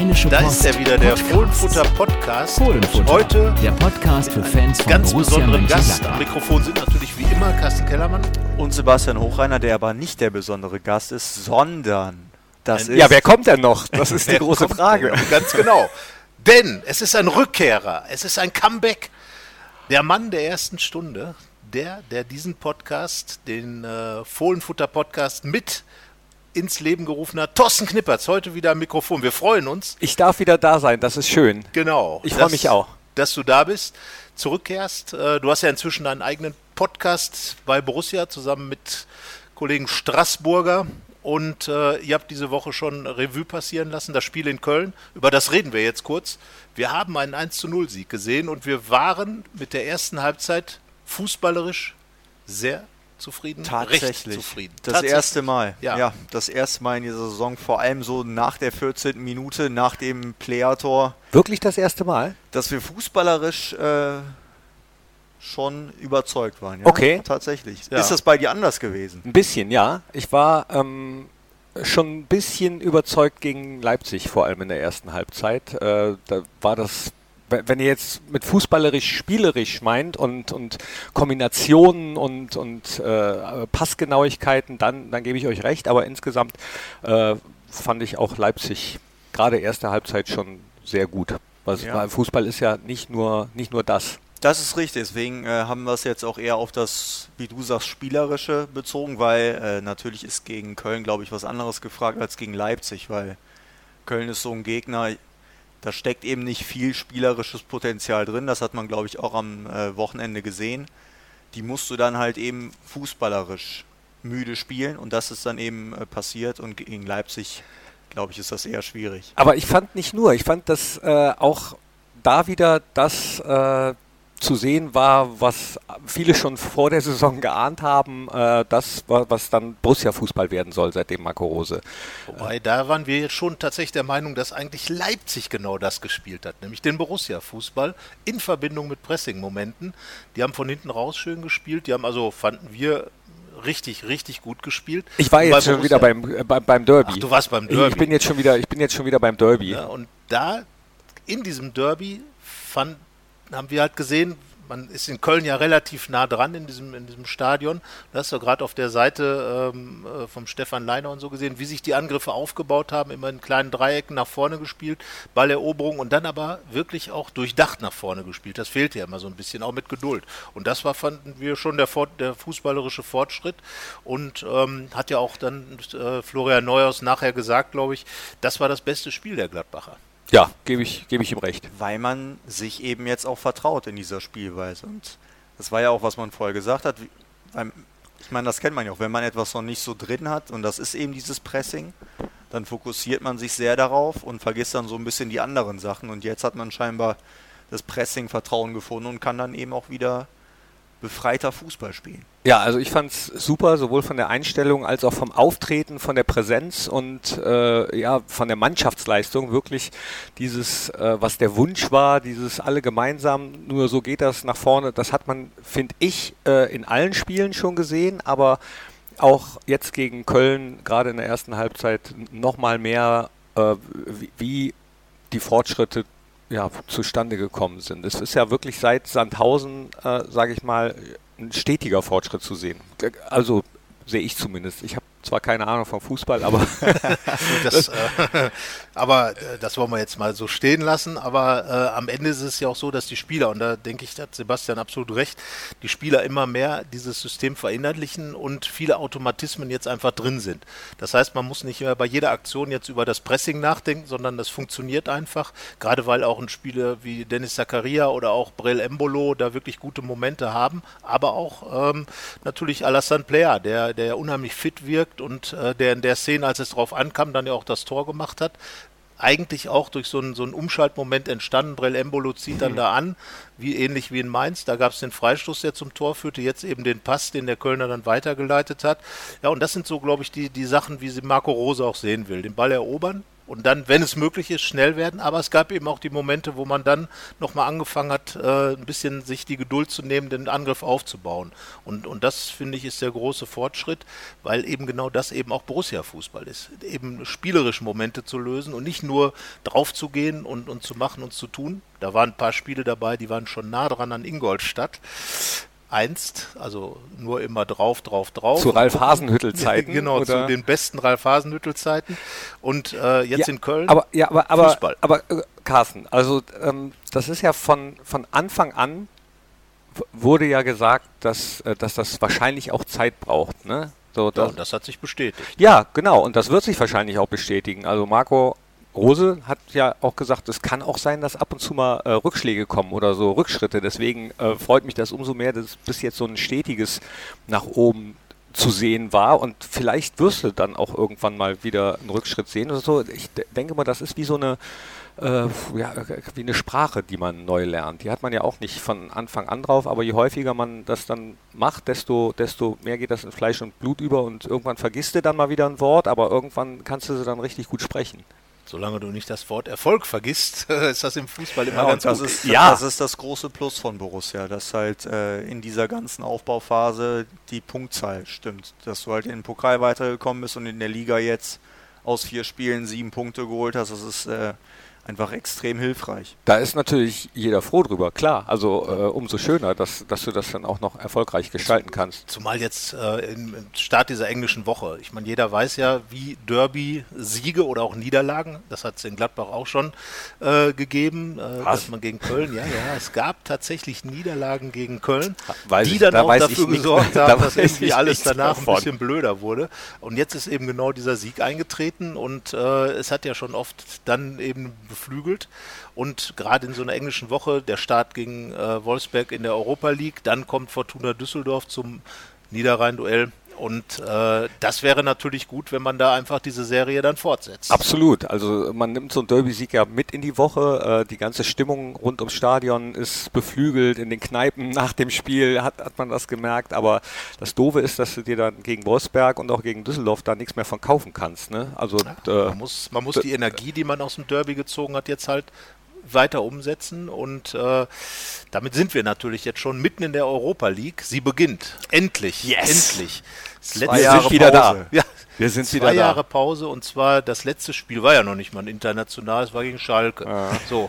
Rheinische Da Post ist er wieder, der Fohlenfutter-Podcast. Fohlenfutter, Heute der Podcast für Fans von ganz Borussia besonderen Gast. Mönchengladbach. Am Mikrofon sind natürlich wie immer Carsten Kellermann. Und Sebastian Hochreiner, der aber nicht der besondere Gast ist, sondern das ist... Ja, wer kommt denn noch? Das ist die Wer große kommt Frage. denn? Ganz genau. Denn es ist ein Rückkehrer, es ist ein Comeback. Der Mann der ersten Stunde, der diesen Podcast, den Fohlenfutter-Podcast mit ins Leben gerufen hat. Thorsten Knippertz, heute wieder am Mikrofon. Wir freuen uns. Ich darf wieder da sein, das ist schön. Genau. Ich freue mich auch. Dass du da bist, zurückkehrst. Du hast ja inzwischen einen eigenen Podcast bei Borussia zusammen mit Kollegen Straßburger. Und ihr habt diese Woche schon Revue passieren lassen, das Spiel in Köln. Über das reden wir jetzt kurz. Wir haben einen 1:0-Sieg gesehen und wir waren mit der ersten Halbzeit fußballerisch sehr zufrieden. Tatsächlich. Recht zufrieden. Das erste Mal. Ja. Das erste Mal in dieser Saison, vor allem so nach der 14. Minute, nach dem Player-Tor, Wirklich das erste Mal? dass wir fußballerisch schon überzeugt waren. Ja? Okay. Tatsächlich. Ja. Ist das bei dir anders gewesen? Ein bisschen, ja. Ich war schon ein bisschen überzeugt gegen Leipzig, vor allem in der ersten Halbzeit. Da war das, wenn ihr jetzt mit fußballerisch-spielerisch meint und Kombinationen und Passgenauigkeiten, dann gebe ich euch recht. Aber insgesamt fand ich auch Leipzig gerade erste Halbzeit schon sehr gut. Weil Fußball ist ja nicht nur das. Das ist richtig, deswegen haben wir es jetzt auch eher auf das, wie du sagst, Spielerische bezogen, weil natürlich ist gegen Köln, glaube ich, was anderes gefragt als gegen Leipzig, weil Köln ist so ein Gegner, da steckt eben nicht viel spielerisches Potenzial drin, das hat man, glaube ich, auch am Wochenende gesehen. Die musst du dann halt eben fußballerisch müde spielen und das ist dann eben passiert und gegen Leipzig, glaube ich, ist das eher schwierig. Aber ich fand nicht nur, ich fand, dass auch da wieder das zu sehen war, was viele schon vor der Saison geahnt haben, das, was dann Borussia-Fußball werden soll, seitdem Marco Rose. Wobei, da waren wir jetzt schon tatsächlich der Meinung, dass eigentlich Leipzig genau das gespielt hat, nämlich den Borussia-Fußball in Verbindung mit Pressing-Momenten. Die haben von hinten raus schön gespielt, die haben also, fanden wir, richtig, richtig gut gespielt. Ich war Und jetzt bei schon wieder beim Derby. Ach, du warst beim Derby. Ich bin jetzt schon wieder beim Derby. Ja, und da, in diesem Derby, haben wir halt gesehen, man ist in Köln ja relativ nah dran in diesem Stadion. Da hast du gerade auf der Seite vom Stefan Leiner und so gesehen, wie sich die Angriffe aufgebaut haben, immer in kleinen Dreiecken nach vorne gespielt, Balleroberung und dann aber wirklich auch durchdacht nach vorne gespielt. Das fehlte ja immer so ein bisschen, auch mit Geduld. Und das war, fanden wir schon der fußballerische Fortschritt und hat ja auch dann Florian Neuhaus nachher gesagt, glaube ich, das war das beste Spiel der Gladbacher. Ja, gebe ich ihm recht. Weil man sich eben jetzt auch vertraut in dieser Spielweise. Und das war ja auch, was man vorher gesagt hat. Ich meine, das kennt man ja auch. Wenn man etwas noch nicht so drin hat, und das ist eben dieses Pressing, dann fokussiert man sich sehr darauf und vergisst dann so ein bisschen die anderen Sachen. Und jetzt hat man scheinbar das Pressing-Vertrauen gefunden und kann dann eben auch wieder befreiter Fußball spielen. Ja, also ich fand's super, sowohl von der Einstellung als auch vom Auftreten, von der Präsenz und von der Mannschaftsleistung. Wirklich dieses, was der Wunsch war, dieses alle gemeinsam, nur so geht das nach vorne. Das hat man, finde ich, in allen Spielen schon gesehen, aber auch jetzt gegen Köln, gerade in der ersten Halbzeit, nochmal mehr, wie die Fortschritte zustande gekommen sind. Es ist ja wirklich seit Sandhausen, sage ich mal, ein stetiger Fortschritt zu sehen. Also sehe ich zumindest. Ich habe zwar keine Ahnung vom Fußball, aber das wollen wir jetzt mal so stehen lassen, aber am Ende ist es ja auch so, dass die Spieler, und da denke ich, da hat Sebastian absolut recht, die Spieler immer mehr dieses System verinnerlichen und viele Automatismen jetzt einfach drin sind. Das heißt, man muss nicht mehr bei jeder Aktion jetzt über das Pressing nachdenken, sondern das funktioniert einfach, gerade weil auch ein Spieler wie Dennis Zakaria oder auch Breel Embolo da wirklich gute Momente haben, aber auch natürlich Alassane Plea, der unheimlich fit wirkt und der in der Szene, als es drauf ankam, dann ja auch das Tor gemacht hat. Eigentlich auch durch so einen Umschaltmoment entstanden. Breel Embolo zieht dann da an, ähnlich wie in Mainz. Da gab es den Freistoß, der zum Tor führte, jetzt eben den Pass, den der Kölner dann weitergeleitet hat. Ja, und das sind so, glaube ich, die Sachen, wie sie Marco Rose auch sehen will. Den Ball erobern, und dann, wenn es möglich ist, schnell werden. Aber es gab eben auch die Momente, wo man dann nochmal angefangen hat, ein bisschen sich die Geduld zu nehmen, den Angriff aufzubauen. Und das, finde ich, ist der große Fortschritt, weil eben genau das eben auch Borussia-Fußball ist. Eben spielerische Momente zu lösen und nicht nur drauf zu gehen und zu machen und zu tun. Da waren ein paar Spiele dabei, die waren schon nah dran an Ingolstadt. Einst, also nur immer drauf. Zu Ralf Hasenhüttl-Zeiten. Genau, oder? Zu den besten Ralf Hasenhüttl-Zeiten. Und jetzt in Köln Fußball. Aber Carsten, also das ist ja von Anfang an wurde ja gesagt, dass das wahrscheinlich auch Zeit braucht. Ne? So, und das hat sich bestätigt. Ja, genau. Und das wird sich wahrscheinlich auch bestätigen. Also Marco Rose hat ja auch gesagt, es kann auch sein, dass ab und zu mal Rückschläge kommen oder so Rückschritte. Deswegen freut mich das umso mehr, dass bis jetzt so ein stetiges nach oben zu sehen war. Und vielleicht wirst du dann auch irgendwann mal wieder einen Rückschritt sehen oder so. Ich denke mal, das ist wie so eine wie eine Sprache, die man neu lernt. Die hat man ja auch nicht von Anfang an drauf, aber je häufiger man das dann macht, desto mehr geht das in Fleisch und Blut über und irgendwann vergisst du dann mal wieder ein Wort, aber irgendwann kannst du sie dann richtig gut sprechen. Solange du nicht das Wort Erfolg vergisst, ist das im Fußball immer ganz gut. Das ist das große Plus von Borussia, dass halt in dieser ganzen Aufbauphase die Punktzahl stimmt. Dass du halt in den Pokal weitergekommen bist und in der Liga jetzt aus 4 Spielen 7 Punkte geholt hast, das ist einfach extrem hilfreich. Da ist natürlich jeder froh drüber, klar. Also umso schöner, dass du das dann auch noch erfolgreich gestalten kannst. Zumal jetzt im Start dieser englischen Woche. Ich meine, jeder weiß ja, wie Derby-Siege oder auch Niederlagen, das hat es in Gladbach auch schon gegeben, dass man gegen Köln, es gab tatsächlich Niederlagen gegen Köln, die dann auch dafür gesorgt haben, dass irgendwie alles danach ein bisschen blöder wurde. Und jetzt ist eben genau dieser Sieg eingetreten und es hat ja schon oft dann eben beflügelt und gerade in so einer englischen Woche, der Start gegen Wolfsberg in der Europa League, dann kommt Fortuna Düsseldorf zum Niederrhein-Duell und das wäre natürlich gut, wenn man da einfach diese Serie dann fortsetzt. Absolut, also man nimmt so einen Derby-Sieg ja mit in die Woche, die ganze Stimmung rund ums Stadion ist beflügelt, in den Kneipen nach dem Spiel hat man das gemerkt, aber das Doofe ist, dass du dir dann gegen Wolfsberg und auch gegen Düsseldorf da nichts mehr von kaufen kannst. Ne? Also man muss die Energie, die man aus dem Derby gezogen hat, jetzt halt weiter umsetzen und damit sind wir natürlich jetzt schon mitten in der Europa League. Sie beginnt. Endlich. Endlich. Wir sind wieder da. Ja, wir sind wieder da. 2 Jahre Pause und zwar das letzte Spiel war ja noch nicht mal ein international, es war gegen Schalke. So.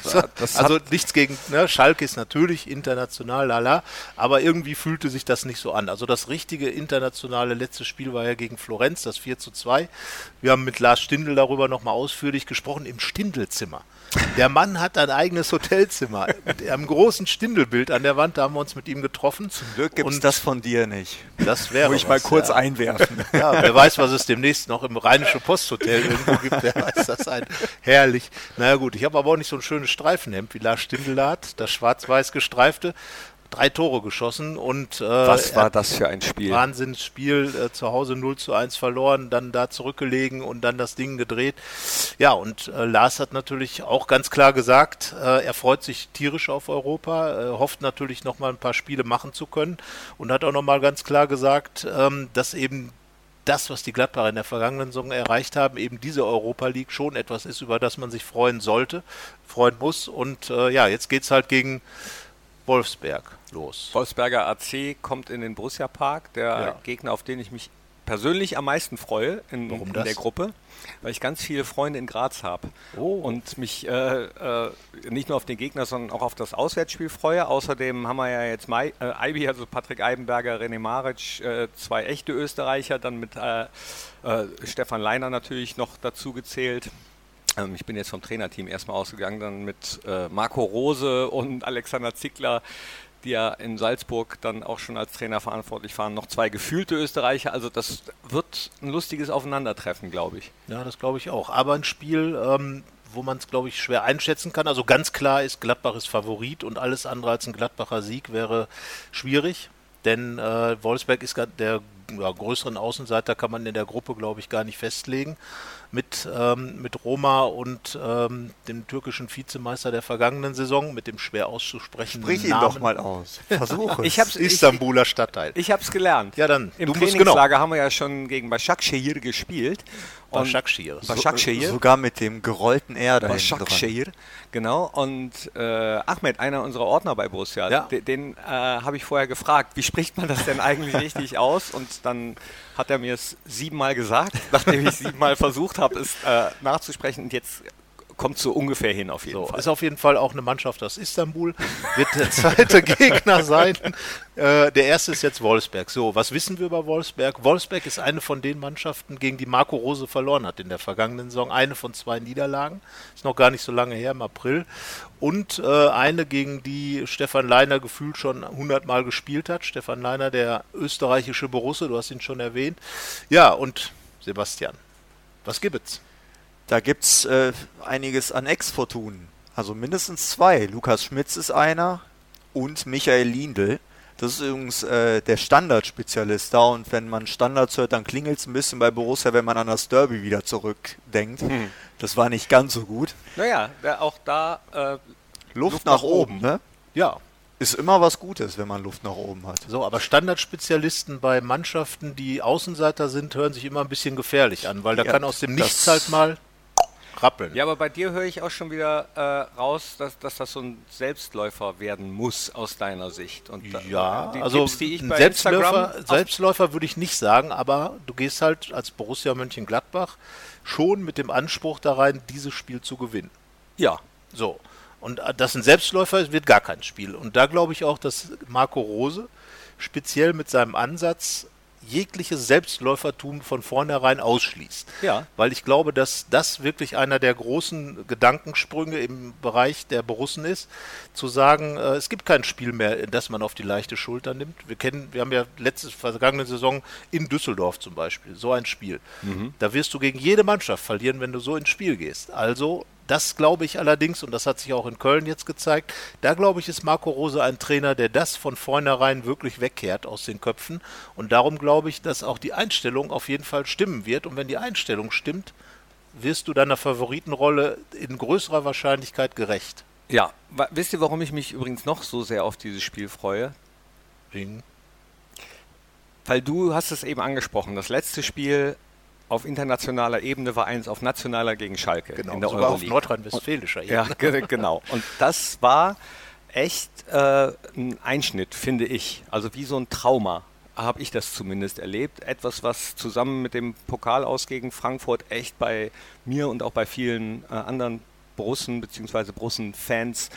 Also nichts gegen, Schalke ist natürlich international, aber irgendwie fühlte sich das nicht so an. Also das richtige internationale letzte Spiel war ja gegen Florenz, das 4:2. Wir haben mit Lars Stindl darüber nochmal ausführlich gesprochen, im Stindl-Zimmer. Der Mann hat ein eigenes Hotelzimmer mit einem großen Stindl-Bild an der Wand, da haben wir uns mit ihm getroffen. Zum Glück gibt es das von dir nicht. Das wäre Muss ich mal kurz einwerfen. Ja, wer weiß, was es demnächst noch im Rheinische Posthotel irgendwo gibt, wer weiß das herrlich. Naja gut, ich habe aber auch nicht so ein schönes Streifenhemd wie Lars Stindl hat, das schwarz-weiß gestreifte. 3 Tore geschossen und was war das für ein Spiel? Wahnsinnsspiel, zu Hause 0:1 verloren, dann da zurückgelegen und dann das Ding gedreht. Ja, und Lars hat natürlich auch ganz klar gesagt, er freut sich tierisch auf Europa, hofft natürlich nochmal ein paar Spiele machen zu können und hat auch nochmal ganz klar gesagt, dass eben das, was die Gladbacher in der vergangenen Saison erreicht haben, eben diese Europa League schon etwas ist, über das man sich freuen sollte, freuen muss und jetzt geht's halt gegen Wolfsberg los. Wolfsberger AC kommt in den Borussia Park, der Gegner, auf den ich mich persönlich am meisten freue in der Gruppe, weil ich ganz viele Freunde in Graz habe und mich nicht nur auf den Gegner, sondern auch auf das Auswärtsspiel freue. Außerdem haben wir ja jetzt Aibi, also Patrick Eibenberger, René Maric, 2 echte Österreicher, dann mit Stefan Leiner natürlich noch dazu gezählt. Ich bin jetzt vom Trainerteam erstmal ausgegangen, dann mit Marco Rose und Alexander Zickler, die ja in Salzburg dann auch schon als Trainer verantwortlich waren, noch 2 gefühlte Österreicher. Also das wird ein lustiges Aufeinandertreffen, glaube ich. Ja, das glaube ich auch. Aber ein Spiel, wo man es, glaube ich, schwer einschätzen kann. Also ganz klar ist, Gladbach ist Favorit und alles andere als ein Gladbacher Sieg wäre schwierig. Denn Wolfsberg ist der größeren Außenseiter, kann man in der Gruppe, glaube ich, gar nicht festlegen. Mit Roma und dem türkischen Vizemeister der vergangenen Saison, mit dem schwer auszusprechenden Namen. Sprich ihn doch mal aus. Versuche es. Istanbuler Stadtteil. Ich habe es gelernt. Ja, dann. Im Trainingslager haben wir ja schon gegen Başakşehir gespielt. Başakşehir. Başakşehir. Sogar mit dem gerollten R da hinten dran. Başakşehir, genau. Und Ahmed, einer unserer Ordner bei Borussia, Ja. den habe ich vorher gefragt, wie spricht man das denn eigentlich richtig aus? Und dann hat er mir es 7-mal gesagt, nachdem ich 7-mal versucht habe, es nachzusprechen. Und jetzt kommt so ungefähr hin auf jeden Fall. Ist auf jeden Fall auch eine Mannschaft aus Istanbul, wird der zweite Gegner sein. Der erste ist jetzt Wolfsberg. So, was wissen wir über Wolfsberg? Wolfsberg ist eine von den Mannschaften, gegen die Marco Rose verloren hat in der vergangenen Saison. Eine von 2 Niederlagen. Ist noch gar nicht so lange her, im April. Und eine, gegen die Stefan Leiner gefühlt schon 100-mal gespielt hat. Stefan Leiner, der österreichische Borusse, du hast ihn schon erwähnt. Ja, und Sebastian, was gibt's? Da gibt es einiges an Ex-Fortunen. Also mindestens 2. Lukas Schmitz ist einer und Michael Lindl. Das ist übrigens der Standardspezialist da. Und wenn man Standards hört, dann klingelt es ein bisschen bei Borussia, wenn man an das Derby wieder zurückdenkt. Das war nicht ganz so gut. Naja, auch da Luft nach oben, ne? Ja. Ist immer was Gutes, wenn man Luft nach oben hat. So, aber Standardspezialisten bei Mannschaften, die Außenseiter sind, hören sich immer ein bisschen gefährlich an, weil da kann aus dem Nichts halt mal rappeln. Ja, aber bei dir höre ich auch schon wieder raus, dass das so ein Selbstläufer werden muss aus deiner Sicht. Und Ja, die also Tipps, die ich ein bei Selbstläufer würde ich nicht sagen, aber du gehst halt als Borussia Mönchengladbach schon mit dem Anspruch da rein, dieses Spiel zu gewinnen. Ja. So. Und dass ein Selbstläufer ist, wird gar kein Spiel. Und da glaube ich auch, dass Marco Rose speziell mit seinem Ansatz jegliches Selbstläufertum von vornherein ausschließt. Ja. Weil ich glaube, dass das wirklich einer der großen Gedankensprünge im Bereich der Borussen ist, zu sagen, es gibt kein Spiel mehr, das man auf die leichte Schulter nimmt. Wir haben ja vergangene Saison in Düsseldorf zum Beispiel so ein Spiel. Da wirst du gegen jede Mannschaft verlieren, wenn du so ins Spiel gehst. Also das glaube ich allerdings, und das hat sich auch in Köln jetzt gezeigt, da glaube ich, ist Marco Rose ein Trainer, der das von vornherein wirklich wegkehrt aus den Köpfen. Und darum glaube ich, dass auch die Einstellung auf jeden Fall stimmen wird. Und wenn die Einstellung stimmt, wirst du deiner Favoritenrolle in größerer Wahrscheinlichkeit gerecht. Ja, wisst ihr, warum ich mich übrigens noch so sehr auf dieses Spiel freue? Weil du hast es eben angesprochen, das letzte Spiel auf internationaler Ebene war eins auf nationaler gegen Schalke. Genau, in der sogar Euroleague. auf nordrhein-westfälischer Ebene. Ja, genau. Und das war echt ein Einschnitt, finde ich. Also wie so ein Trauma habe ich das zumindest erlebt. Etwas, was zusammen mit dem Pokal aus gegen Frankfurt echt bei mir und auch bei vielen anderen Borussen bzw. Borussen-Fans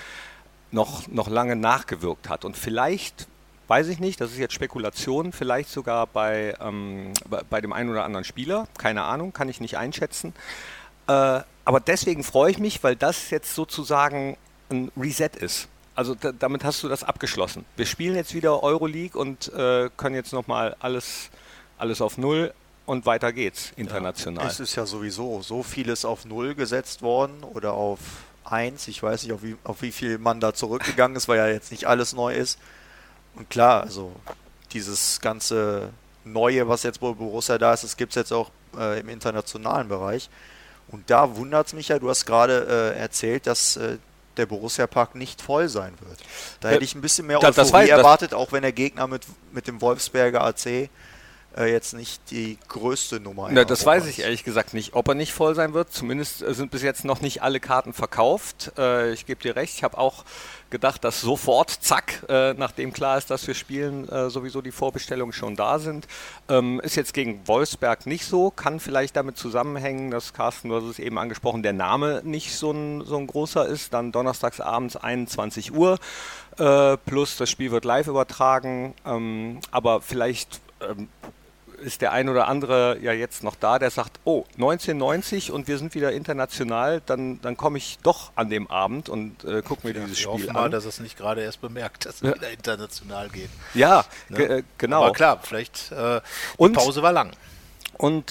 noch lange nachgewirkt hat. Und vielleicht, weiß ich nicht, das ist jetzt Spekulation, vielleicht sogar bei dem einen oder anderen Spieler, keine Ahnung, kann ich nicht einschätzen. Aber deswegen freue ich mich, weil das jetzt sozusagen ein Reset ist. Also damit hast du das abgeschlossen. Wir spielen jetzt wieder Euroleague und können jetzt nochmal alles auf Null und weiter geht's international. Es ist ja sowieso so vieles auf 0 gesetzt worden oder auf 1. Ich weiß nicht, auf wie viel man da zurückgegangen ist, weil ja jetzt nicht alles neu ist. Und klar, also dieses ganze Neue, was jetzt bei Borussia da ist, das gibt es jetzt auch im internationalen Bereich. Und da wundert es mich ja, du hast gerade erzählt, dass der Borussia-Park nicht voll sein wird. Da hätte ich ein bisschen mehr Euphorie erwartet, auch wenn der Gegner mit dem Wolfsberger AC jetzt nicht die größte Nummer ist. Das weiß ich ehrlich gesagt nicht, ob er nicht voll sein wird. Zumindest sind bis jetzt noch nicht alle Karten verkauft. Ich gebe dir recht, ich habe auch gedacht, dass sofort, zack, nachdem klar ist, dass wir spielen, sowieso die Vorbestellungen schon da sind. Ist jetzt gegen Wolfsberg nicht so, kann vielleicht damit zusammenhängen, dass Carsten, du hast es eben angesprochen, der Name nicht so ein großer ist. Dann donnerstags abends 21 Uhr, plus das Spiel wird live übertragen, aber vielleicht ist der ein oder andere ja jetzt noch da, der sagt, oh, 1990 und wir sind wieder international, dann komme ich doch an dem Abend und gucke mir dieses Spiel an. Ich hoffe mal, dass es nicht gerade erst bemerkt, dass es wieder international geht. Ja, ne? Genau. Aber klar, vielleicht die Pause war lang. Und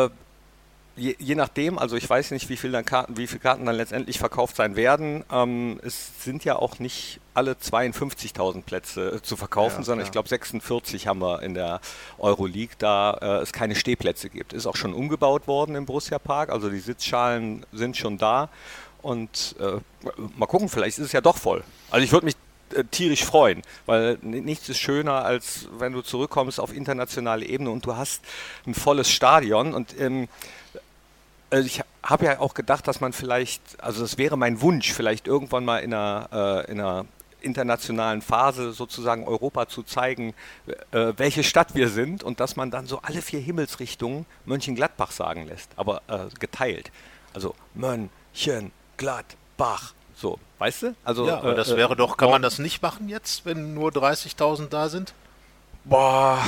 je nachdem, also ich weiß nicht, wie viele Karten dann letztendlich verkauft sein werden. Es sind ja auch nicht alle 52.000 Plätze zu verkaufen, sondern ich glaube 46 haben wir in der Euroleague, da es keine Stehplätze gibt. Ist auch schon umgebaut worden im Borussia Park, also die Sitzschalen sind schon da und mal gucken, vielleicht ist es ja doch voll. Also ich würde mich tierisch freuen, weil nichts ist schöner, als wenn du zurückkommst auf internationale Ebene und du hast ein volles Stadion und Ich habe ja auch gedacht, dass man vielleicht, also das wäre mein Wunsch, vielleicht irgendwann mal in einer internationalen Phase sozusagen Europa zu zeigen, welche Stadt wir sind und dass man dann so alle 4 Himmelsrichtungen Mönchengladbach sagen lässt, aber geteilt. Also Mönchengladbach, so, weißt du? Also, ja, aber das wäre doch, kann man das nicht machen jetzt, wenn nur 30.000 da sind? Boah,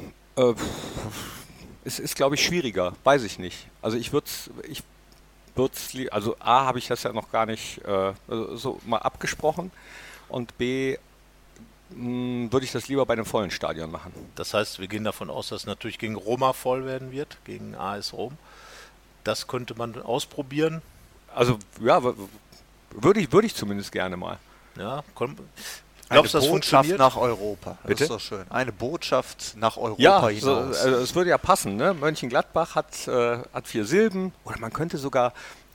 es ist, glaube ich, schwieriger, weiß ich nicht. Also also A, habe ich das ja noch gar nicht so mal abgesprochen und B, würde ich das lieber bei einem vollen Stadion machen. Das heißt, wir gehen davon aus, dass es natürlich gegen Roma voll werden wird, gegen AS Rom. Das könnte man ausprobieren. Also ja, würde ich zumindest gerne mal. Ja, Glaubst du, das funktioniert? Nach Europa. Das Bitte? ist doch schön. Eine Botschaft nach Europa ja, hinaus. So, es würde ja passen. Ne? Mönchengladbach hat 4 Silben. Oder man könnte sogar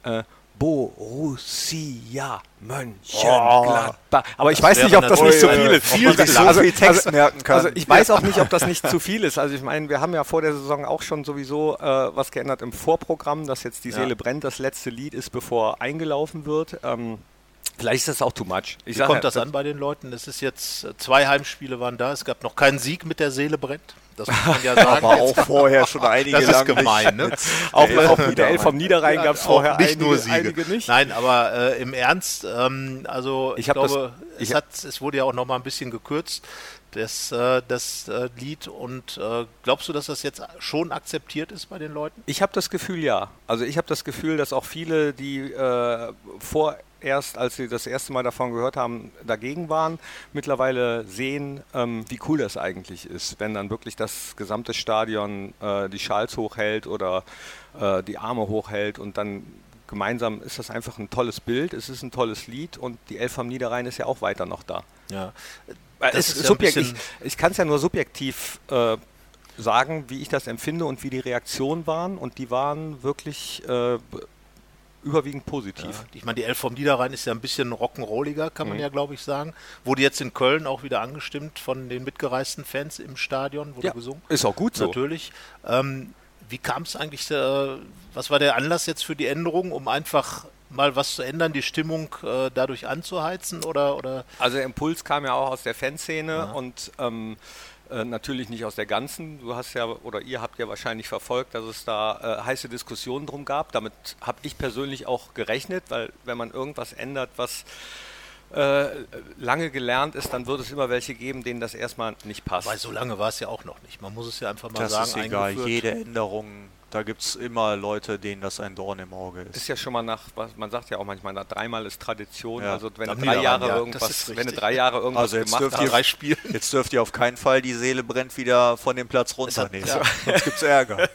Borussia Mönchengladbach. Aber ich weiß nicht, ob das nicht zu viel ist. Viel Text merken kann. Also ich weiß auch nicht, ob das nicht zu viel ist. Also ich meine, wir haben ja vor der Saison auch schon sowieso was geändert im Vorprogramm, dass jetzt die Seele brennt das letzte Lied ist, bevor eingelaufen wird. Vielleicht ist das auch too much. Wie kommt das an bei den Leuten? Es ist jetzt 2 Heimspiele waren da. Es gab noch keinen Sieg mit der Seele brennt. Das muss man ja sagen. Aber auch vorher schon einige. Das ist gemein, ne? Auch mit der Elf vom Niederrhein gab es vorher nicht nur Siege. einige nicht. Nein, aber im Ernst, also ich glaube, es wurde ja auch noch mal ein bisschen gekürzt, das Lied. Und glaubst du, dass das jetzt schon akzeptiert ist bei den Leuten? Ich habe das Gefühl, ja. Also ich habe das Gefühl, dass auch viele, die als sie das erste Mal davon gehört haben, dagegen waren, mittlerweile sehen, wie cool das eigentlich ist, wenn dann wirklich das gesamte Stadion die Schals hochhält oder die Arme hochhält und dann gemeinsam ist das einfach ein tolles Bild, es ist ein tolles Lied und die Elf am Niederrhein ist ja auch weiter noch da. Ja. Ich kann es ja nur subjektiv sagen, wie ich das empfinde und wie die Reaktionen waren und die waren wirklich überwiegend positiv. Ja, ich meine, die Elf vom Niederrhein ist ja ein bisschen rock'n'rolliger, kann man ja, glaube ich, sagen. Wurde jetzt in Köln auch wieder angestimmt von den mitgereisten Fans im Stadion, wurde gesungen. Ist auch gut so. Natürlich. Wie kam es eigentlich, was war der Anlass jetzt für die Änderung, um einfach mal was zu ändern, die Stimmung dadurch anzuheizen? Oder? Also der Impuls kam ja auch aus der Fanszene und natürlich nicht aus der ganzen. Du hast ja, oder ihr habt ja wahrscheinlich verfolgt, dass es da heiße Diskussionen drum gab. Damit habe ich persönlich auch gerechnet, weil wenn man irgendwas ändert, was lange gelernt ist, dann wird es immer welche geben, denen das erstmal nicht passt. Weil so lange war es ja auch noch nicht. Man muss es ja einfach mal sagen. Das ist egal, jede Änderung, da gibt es immer Leute, denen das ein Dorn im Auge ist. Ist ja schon mal man sagt ja auch manchmal, nach 3-mal ist Tradition. Ja. Also wenn du 3 Jahre irgendwas gemacht hast, jetzt dürft ihr auf keinen Fall die Seele brennt wieder von dem Platz runternehmen. Sonst gibt es Ärger.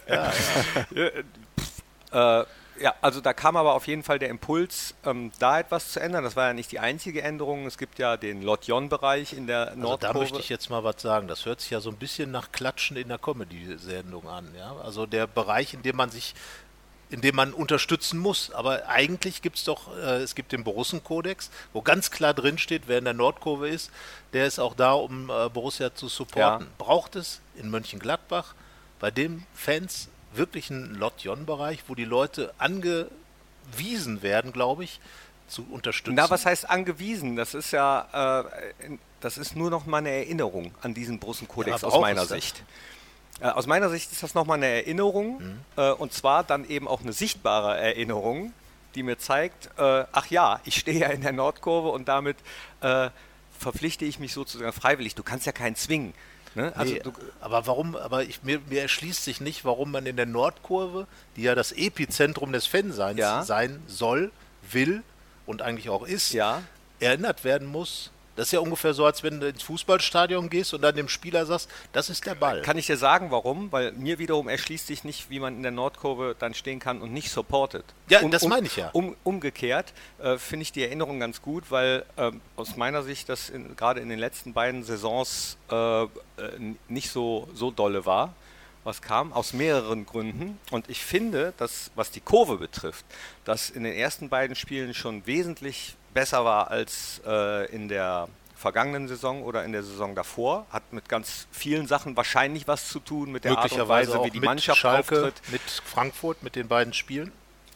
Ja, also da kam aber auf jeden Fall der Impuls, da etwas zu ändern. Das war ja nicht die einzige Änderung. Es gibt ja den Lotjon-Bereich in der Nordkurve. Also da möchte ich jetzt mal was sagen. Das hört sich ja so ein bisschen nach Klatschen in der Comedy-Sendung an. Ja? Also der Bereich, in dem man unterstützen muss. Aber eigentlich gibt es doch, es gibt den Borussen-Kodex, wo ganz klar drin steht, wer in der Nordkurve ist, der ist auch da, um Borussia zu supporten. Ja. Braucht es in Mönchengladbach bei den Fans wirklich einen Lotjon-Bereich, wo die Leute angewiesen werden, glaube ich, zu unterstützen? Na, was heißt angewiesen? Das ist ja, das ist nur noch mal eine Erinnerung an diesen Borussen-Kodex aus meiner Sicht. Aus meiner Sicht ist das nochmal eine Erinnerung und zwar dann eben auch eine sichtbare Erinnerung, die mir zeigt, ach ja, ich stehe ja in der Nordkurve und damit verpflichte ich mich sozusagen freiwillig. Du kannst ja keinen zwingen. Ne? Also nee, aber warum, mir erschließt sich nicht, warum man in der Nordkurve, die ja das Epizentrum des Fanseins sein soll, will und eigentlich auch ist, erinnert werden muss. Das ist ja ungefähr so, als wenn du ins Fußballstadion gehst und dann dem Spieler sagst, das ist der Ball. Kann ich dir sagen, warum? Weil mir wiederum erschließt sich nicht, wie man in der Nordkurve dann stehen kann und nicht supportet. Ja, das meine ich ja. Umgekehrt finde ich die Erinnerung ganz gut, weil aus meiner Sicht das gerade in den letzten beiden Saisons nicht so dolle war. Was kam aus mehreren Gründen und ich finde, dass was die Kurve betrifft, das in den ersten beiden Spielen schon wesentlich besser war als in der vergangenen Saison oder in der Saison davor. Hat mit ganz vielen Sachen wahrscheinlich was zu tun mit der Art und Weise, wie die Mannschaft Schalke, auftritt. Mit Frankfurt, mit den beiden Spielen?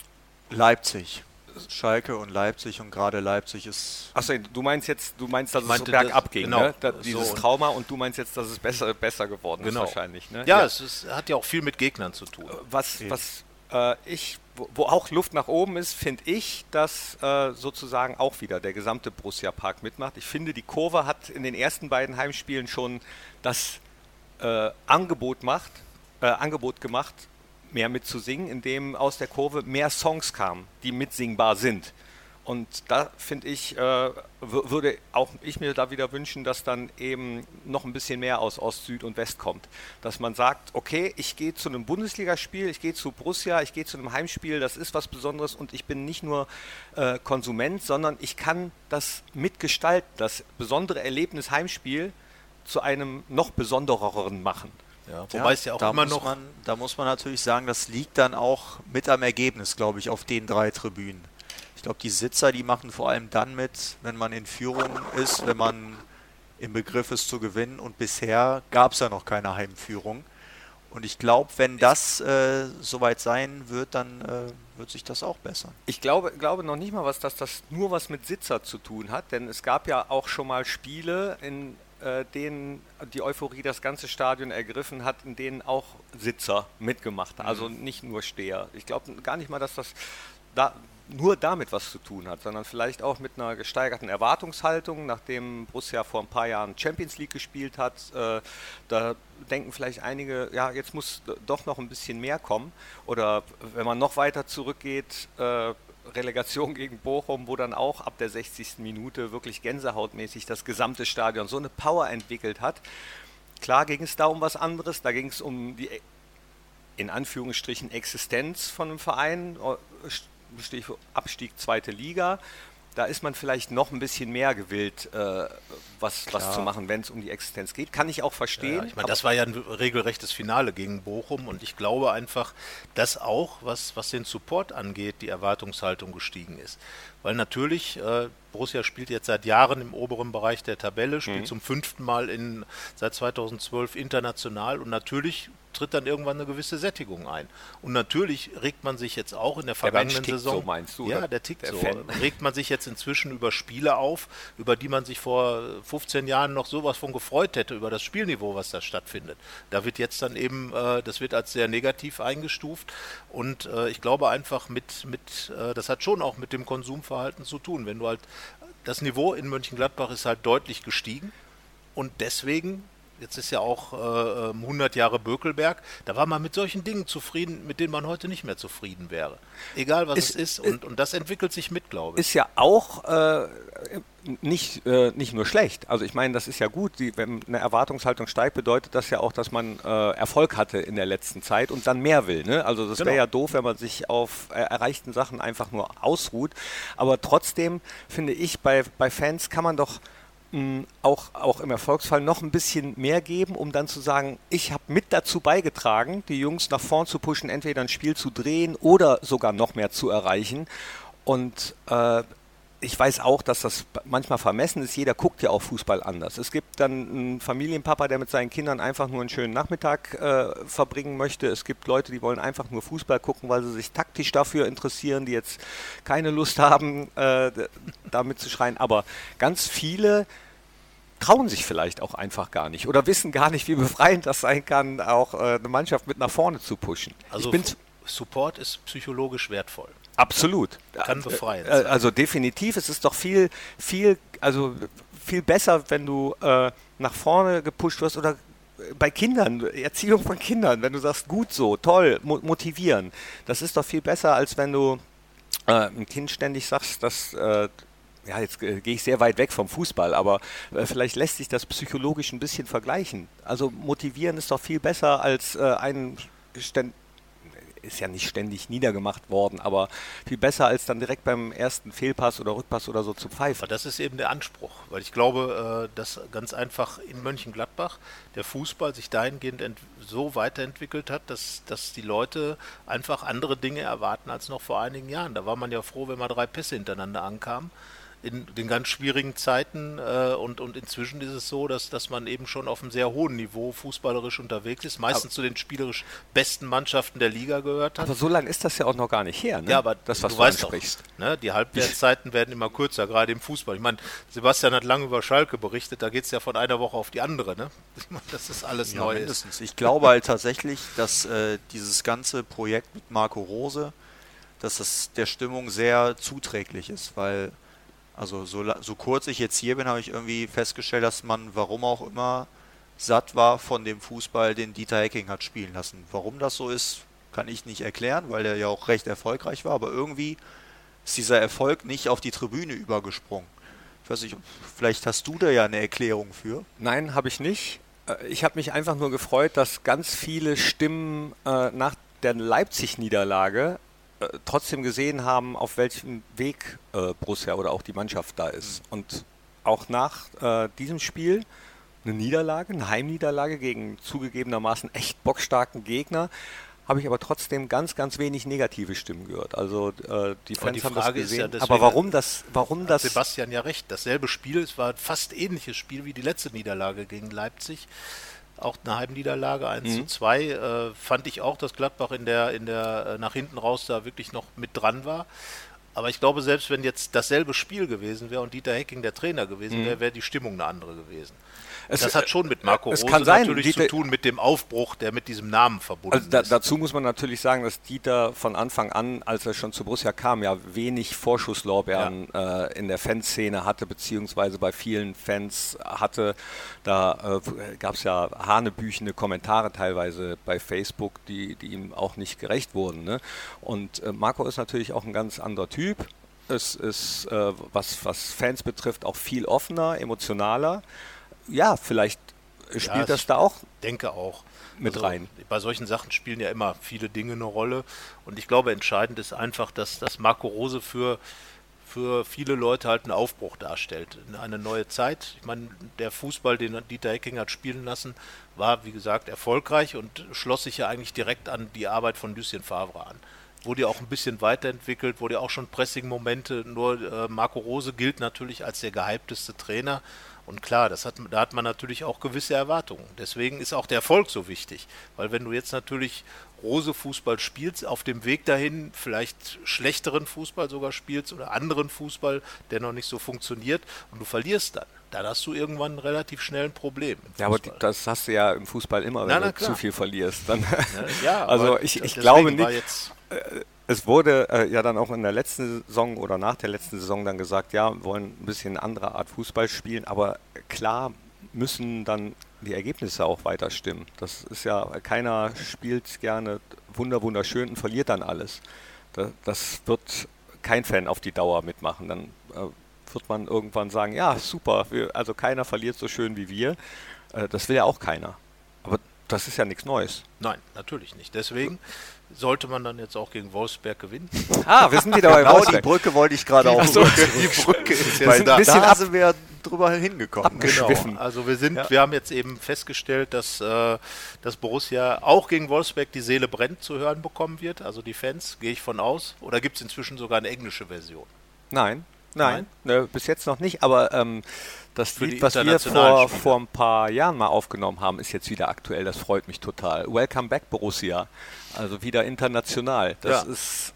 Leipzig. Schalke und Leipzig und gerade Leipzig ist... Achso, du meinst, dass es so bergab ging, genau, ne? Dieses so Trauma, und du meinst jetzt, dass es besser geworden ist wahrscheinlich, ne? Ja, es hat ja auch viel mit Gegnern zu tun. Wo auch Luft nach oben ist, finde ich, dass sozusagen auch wieder der gesamte Borussia Park mitmacht. Ich finde, die Kurve hat in den ersten beiden Heimspielen schon das Angebot gemacht, mehr mitzusingen, indem aus der Kurve mehr Songs kamen, die mitsingbar sind. Und da finde ich, würde auch ich mir da wieder wünschen, dass dann eben noch ein bisschen mehr aus Ost, Süd und West kommt. Dass man sagt, okay, ich gehe zu einem Bundesligaspiel, ich gehe zu Borussia, ich gehe zu einem Heimspiel, das ist was Besonderes, und ich bin nicht nur Konsument, sondern ich kann das mitgestalten, das besondere Erlebnis Heimspiel zu einem noch besondereren machen. Ja, wobei es ja auch immer noch... Da muss man natürlich sagen, das liegt dann auch mit am Ergebnis, glaube ich, auf den 3 Tribünen. Ich glaube, die Sitzer, die machen vor allem dann mit, wenn man in Führung ist, wenn man im Begriff ist zu gewinnen. Und bisher gab es ja noch keine Heimführung. Und ich glaube, wenn das soweit sein wird, dann wird sich das auch bessern. Ich glaube noch nicht mal, dass das nur was mit Sitzer zu tun hat, denn es gab ja auch schon mal Spiele, in denen die Euphorie das ganze Stadion ergriffen hat, in denen auch Sitzer mitgemacht haben, also nicht nur Steher. Ich glaube gar nicht mal, dass das nur damit was zu tun hat, sondern vielleicht auch mit einer gesteigerten Erwartungshaltung, nachdem Borussia vor ein paar Jahren Champions League gespielt hat. Da denken vielleicht einige, ja, jetzt muss doch noch ein bisschen mehr kommen. Oder wenn man noch weiter zurückgeht, Relegation gegen Bochum, wo dann auch ab der 60. Minute wirklich gänsehautmäßig das gesamte Stadion so eine Power entwickelt hat. Klar ging es da um was anderes, da ging es um die, in Anführungsstrichen, Existenz von einem Verein, Abstieg 2. Liga. Da ist man vielleicht noch ein bisschen mehr gewillt, was zu machen, wenn es um die Existenz geht. Kann ich auch verstehen. Ja, ich meine, das war ja ein regelrechtes Finale gegen Bochum, und ich glaube einfach, dass auch, was den Support angeht, die Erwartungshaltung gestiegen ist. Weil natürlich, Borussia spielt jetzt seit Jahren im oberen Bereich der Tabelle, spielt zum 5. Mal seit 2012 international, und natürlich tritt dann irgendwann eine gewisse Sättigung ein. Und natürlich regt man sich jetzt auch in der vergangenen Saison... So meinst du? Ja, oder? der tickt der so. Fan. Regt man sich jetzt inzwischen über Spiele auf, über die man sich vor 15 Jahren noch sowas von gefreut hätte, über das Spielniveau, was da stattfindet. Da wird jetzt dann eben, das wird als sehr negativ eingestuft, und ich glaube einfach das hat schon auch mit dem Konsumverhalten zu tun. Wenn du halt, das Niveau in Mönchengladbach ist halt deutlich gestiegen, und deswegen... Jetzt ist ja auch 100 Jahre Bökelberg. Da war man mit solchen Dingen zufrieden, mit denen man heute nicht mehr zufrieden wäre. Egal was es ist. Und das entwickelt sich mit, glaube ich. Ist ja auch nicht nur schlecht. Also ich meine, das ist ja gut. Wenn eine Erwartungshaltung steigt, bedeutet das ja auch, dass man Erfolg hatte in der letzten Zeit und dann mehr will. Ne? Also das wäre ja doof, wenn man sich auf erreichten Sachen einfach nur ausruht. Aber trotzdem finde ich, bei Fans kann man doch auch im Erfolgsfall noch ein bisschen mehr geben, um dann zu sagen, ich habe mit dazu beigetragen, die Jungs nach vorn zu pushen, entweder ein Spiel zu drehen oder sogar noch mehr zu erreichen. Und ich weiß auch, dass das manchmal vermessen ist. Jeder guckt ja auch Fußball anders. Es gibt dann einen Familienpapa, der mit seinen Kindern einfach nur einen schönen Nachmittag verbringen möchte. Es gibt Leute, die wollen einfach nur Fußball gucken, weil sie sich taktisch dafür interessieren, die jetzt keine Lust haben, da mitzuschreien. Aber ganz viele trauen sich vielleicht auch einfach gar nicht oder wissen gar nicht, wie befreiend das sein kann, auch eine Mannschaft mit nach vorne zu pushen. Also Support ist psychologisch wertvoll. Absolut. Kann befreien sein. Also definitiv, es ist doch viel besser, wenn du nach vorne gepusht wirst oder bei Kindern, Erziehung von Kindern, wenn du sagst, gut so, toll, motivieren. Das ist doch viel besser, als wenn du einem Kind ständig sagst, dass ja, jetzt gehe ich sehr weit weg vom Fußball, aber vielleicht lässt sich das psychologisch ein bisschen vergleichen. Also motivieren ist doch viel besser als ist ja nicht ständig niedergemacht worden, aber viel besser als dann direkt beim ersten Fehlpass oder Rückpass oder so zu pfeifen. Das ist eben der Anspruch, weil ich glaube, dass ganz einfach in Mönchengladbach der Fußball sich dahingehend so weiterentwickelt hat, dass die Leute einfach andere Dinge erwarten als noch vor einigen Jahren. Da war man ja froh, wenn mal 3 Pässe hintereinander ankamen. in den ganz schwierigen Zeiten und inzwischen ist es so, dass man eben schon auf einem sehr hohen Niveau fußballerisch unterwegs ist, meistens zu den spielerisch besten Mannschaften der Liga gehört hat. Aber so lange ist das ja auch noch gar nicht her, ne? Ja, aber das, was du du weißt ansprichst. Doch, ne? Die Halbwertszeiten werden immer kürzer, gerade im Fußball. Ich meine, Sebastian hat lange über Schalke berichtet, da geht es ja von einer Woche auf die andere, ne? Das ist alles neu. Mindestens. Ich glaube halt tatsächlich, dass dieses ganze Projekt mit Marco Rose, dass das der Stimmung sehr zuträglich ist, weil also so kurz ich jetzt hier bin, habe ich irgendwie festgestellt, dass man, warum auch immer, satt war von dem Fußball, den Dieter Hecking hat spielen lassen. Warum das so ist, kann ich nicht erklären, weil der ja auch recht erfolgreich war, aber irgendwie ist dieser Erfolg nicht auf die Tribüne übergesprungen. Ich weiß nicht, vielleicht hast du da ja eine Erklärung für. Nein, habe ich nicht. Ich habe mich einfach nur gefreut, dass ganz viele Stimmen nach der Leipzig-Niederlage trotzdem gesehen haben, auf welchem Weg Borussia oder auch die Mannschaft da ist. Und auch nach diesem Spiel eine Niederlage, eine Heimniederlage gegen zugegebenermaßen echt bockstarken Gegner, habe ich aber trotzdem ganz, ganz wenig negative Stimmen gehört. Also die Fans haben das gesehen. Ja, aber warum das? Sebastian ja recht. Dasselbe Spiel, es war ein fast ähnliches Spiel wie die letzte Niederlage gegen Leipzig. Auch eine Heimniederlage 1:2, fand ich auch, dass Gladbach in der nach hinten raus da wirklich noch mit dran war. Aber ich glaube, selbst wenn jetzt dasselbe Spiel gewesen wäre und Dieter Hecking der Trainer gewesen wäre, wäre die Stimmung eine andere gewesen. Das hat schon mit Marco Rose natürlich zu tun, mit dem Aufbruch, der mit diesem Namen verbunden ist. Dazu muss man natürlich sagen, dass Dieter von Anfang an, als er schon zu Borussia kam, ja wenig Vorschusslorbeeren in der Fanszene hatte, beziehungsweise bei vielen Fans hatte. Da gab es ja hanebüchene Kommentare teilweise bei Facebook, die ihm auch nicht gerecht wurden. Ne? Und Marco ist natürlich auch ein ganz anderer Typ. Es ist, was Fans betrifft, auch viel offener, emotionaler. Ja, vielleicht spielt das da auch. Denke auch. Mit rein. Bei solchen Sachen spielen ja immer viele Dinge eine Rolle. Und ich glaube, entscheidend ist einfach, dass Marco Rose für viele Leute halt einen Aufbruch darstellt. Eine neue Zeit. Ich meine, der Fußball, den Dieter Hecking hat spielen lassen, war, wie gesagt, erfolgreich und schloss sich ja eigentlich direkt an die Arbeit von Lucien Favre an. Wurde ja auch ein bisschen weiterentwickelt, wurde ja auch schon Pressing-Momente. Nur Marco Rose gilt natürlich als der gehypteste Trainer. Und klar, da hat man natürlich auch gewisse Erwartungen. Deswegen ist auch der Erfolg so wichtig. Weil wenn du jetzt natürlich Rose-Fußball spielst, auf dem Weg dahin vielleicht schlechteren Fußball sogar spielst oder anderen Fußball, der noch nicht so funktioniert und du verlierst dann hast du irgendwann relativ schnell ein Problem. Ja, aber das hast du ja im Fußball immer, wenn du zu viel verlierst. Dann ja, also ich glaube nicht. Es wurde ja dann auch in der letzten Saison oder nach der letzten Saison dann gesagt, ja, wir wollen ein bisschen andere Art Fußball spielen, aber klar müssen dann die Ergebnisse auch weiter stimmen. Das ist ja, keiner spielt gerne wunderschön und verliert dann alles. Das wird kein Fan auf die Dauer mitmachen. Dann wird man irgendwann sagen, ja, super, also keiner verliert so schön wie wir. Das will ja auch keiner. Aber das ist ja nichts Neues. Nein, natürlich nicht. Deswegen sollte man dann jetzt auch gegen Wolfsberg gewinnen. Wir sind wieder bei Wolfsberg. Die Brücke wollte ich gerade auch. Die Brücke ist jetzt da sind wir drüber hingekommen. Genau. Also wir haben jetzt eben festgestellt, dass Borussia auch gegen Wolfsberg die Seele brennt zu hören bekommen wird. Also die Fans, gehe ich von aus. Oder gibt es inzwischen sogar eine englische Version? Nein, bis jetzt noch nicht, aber das Lied, was wir vor ein paar Jahren mal aufgenommen haben, ist jetzt wieder aktuell, das freut mich total. Welcome back Borussia, also wieder international. Das ist,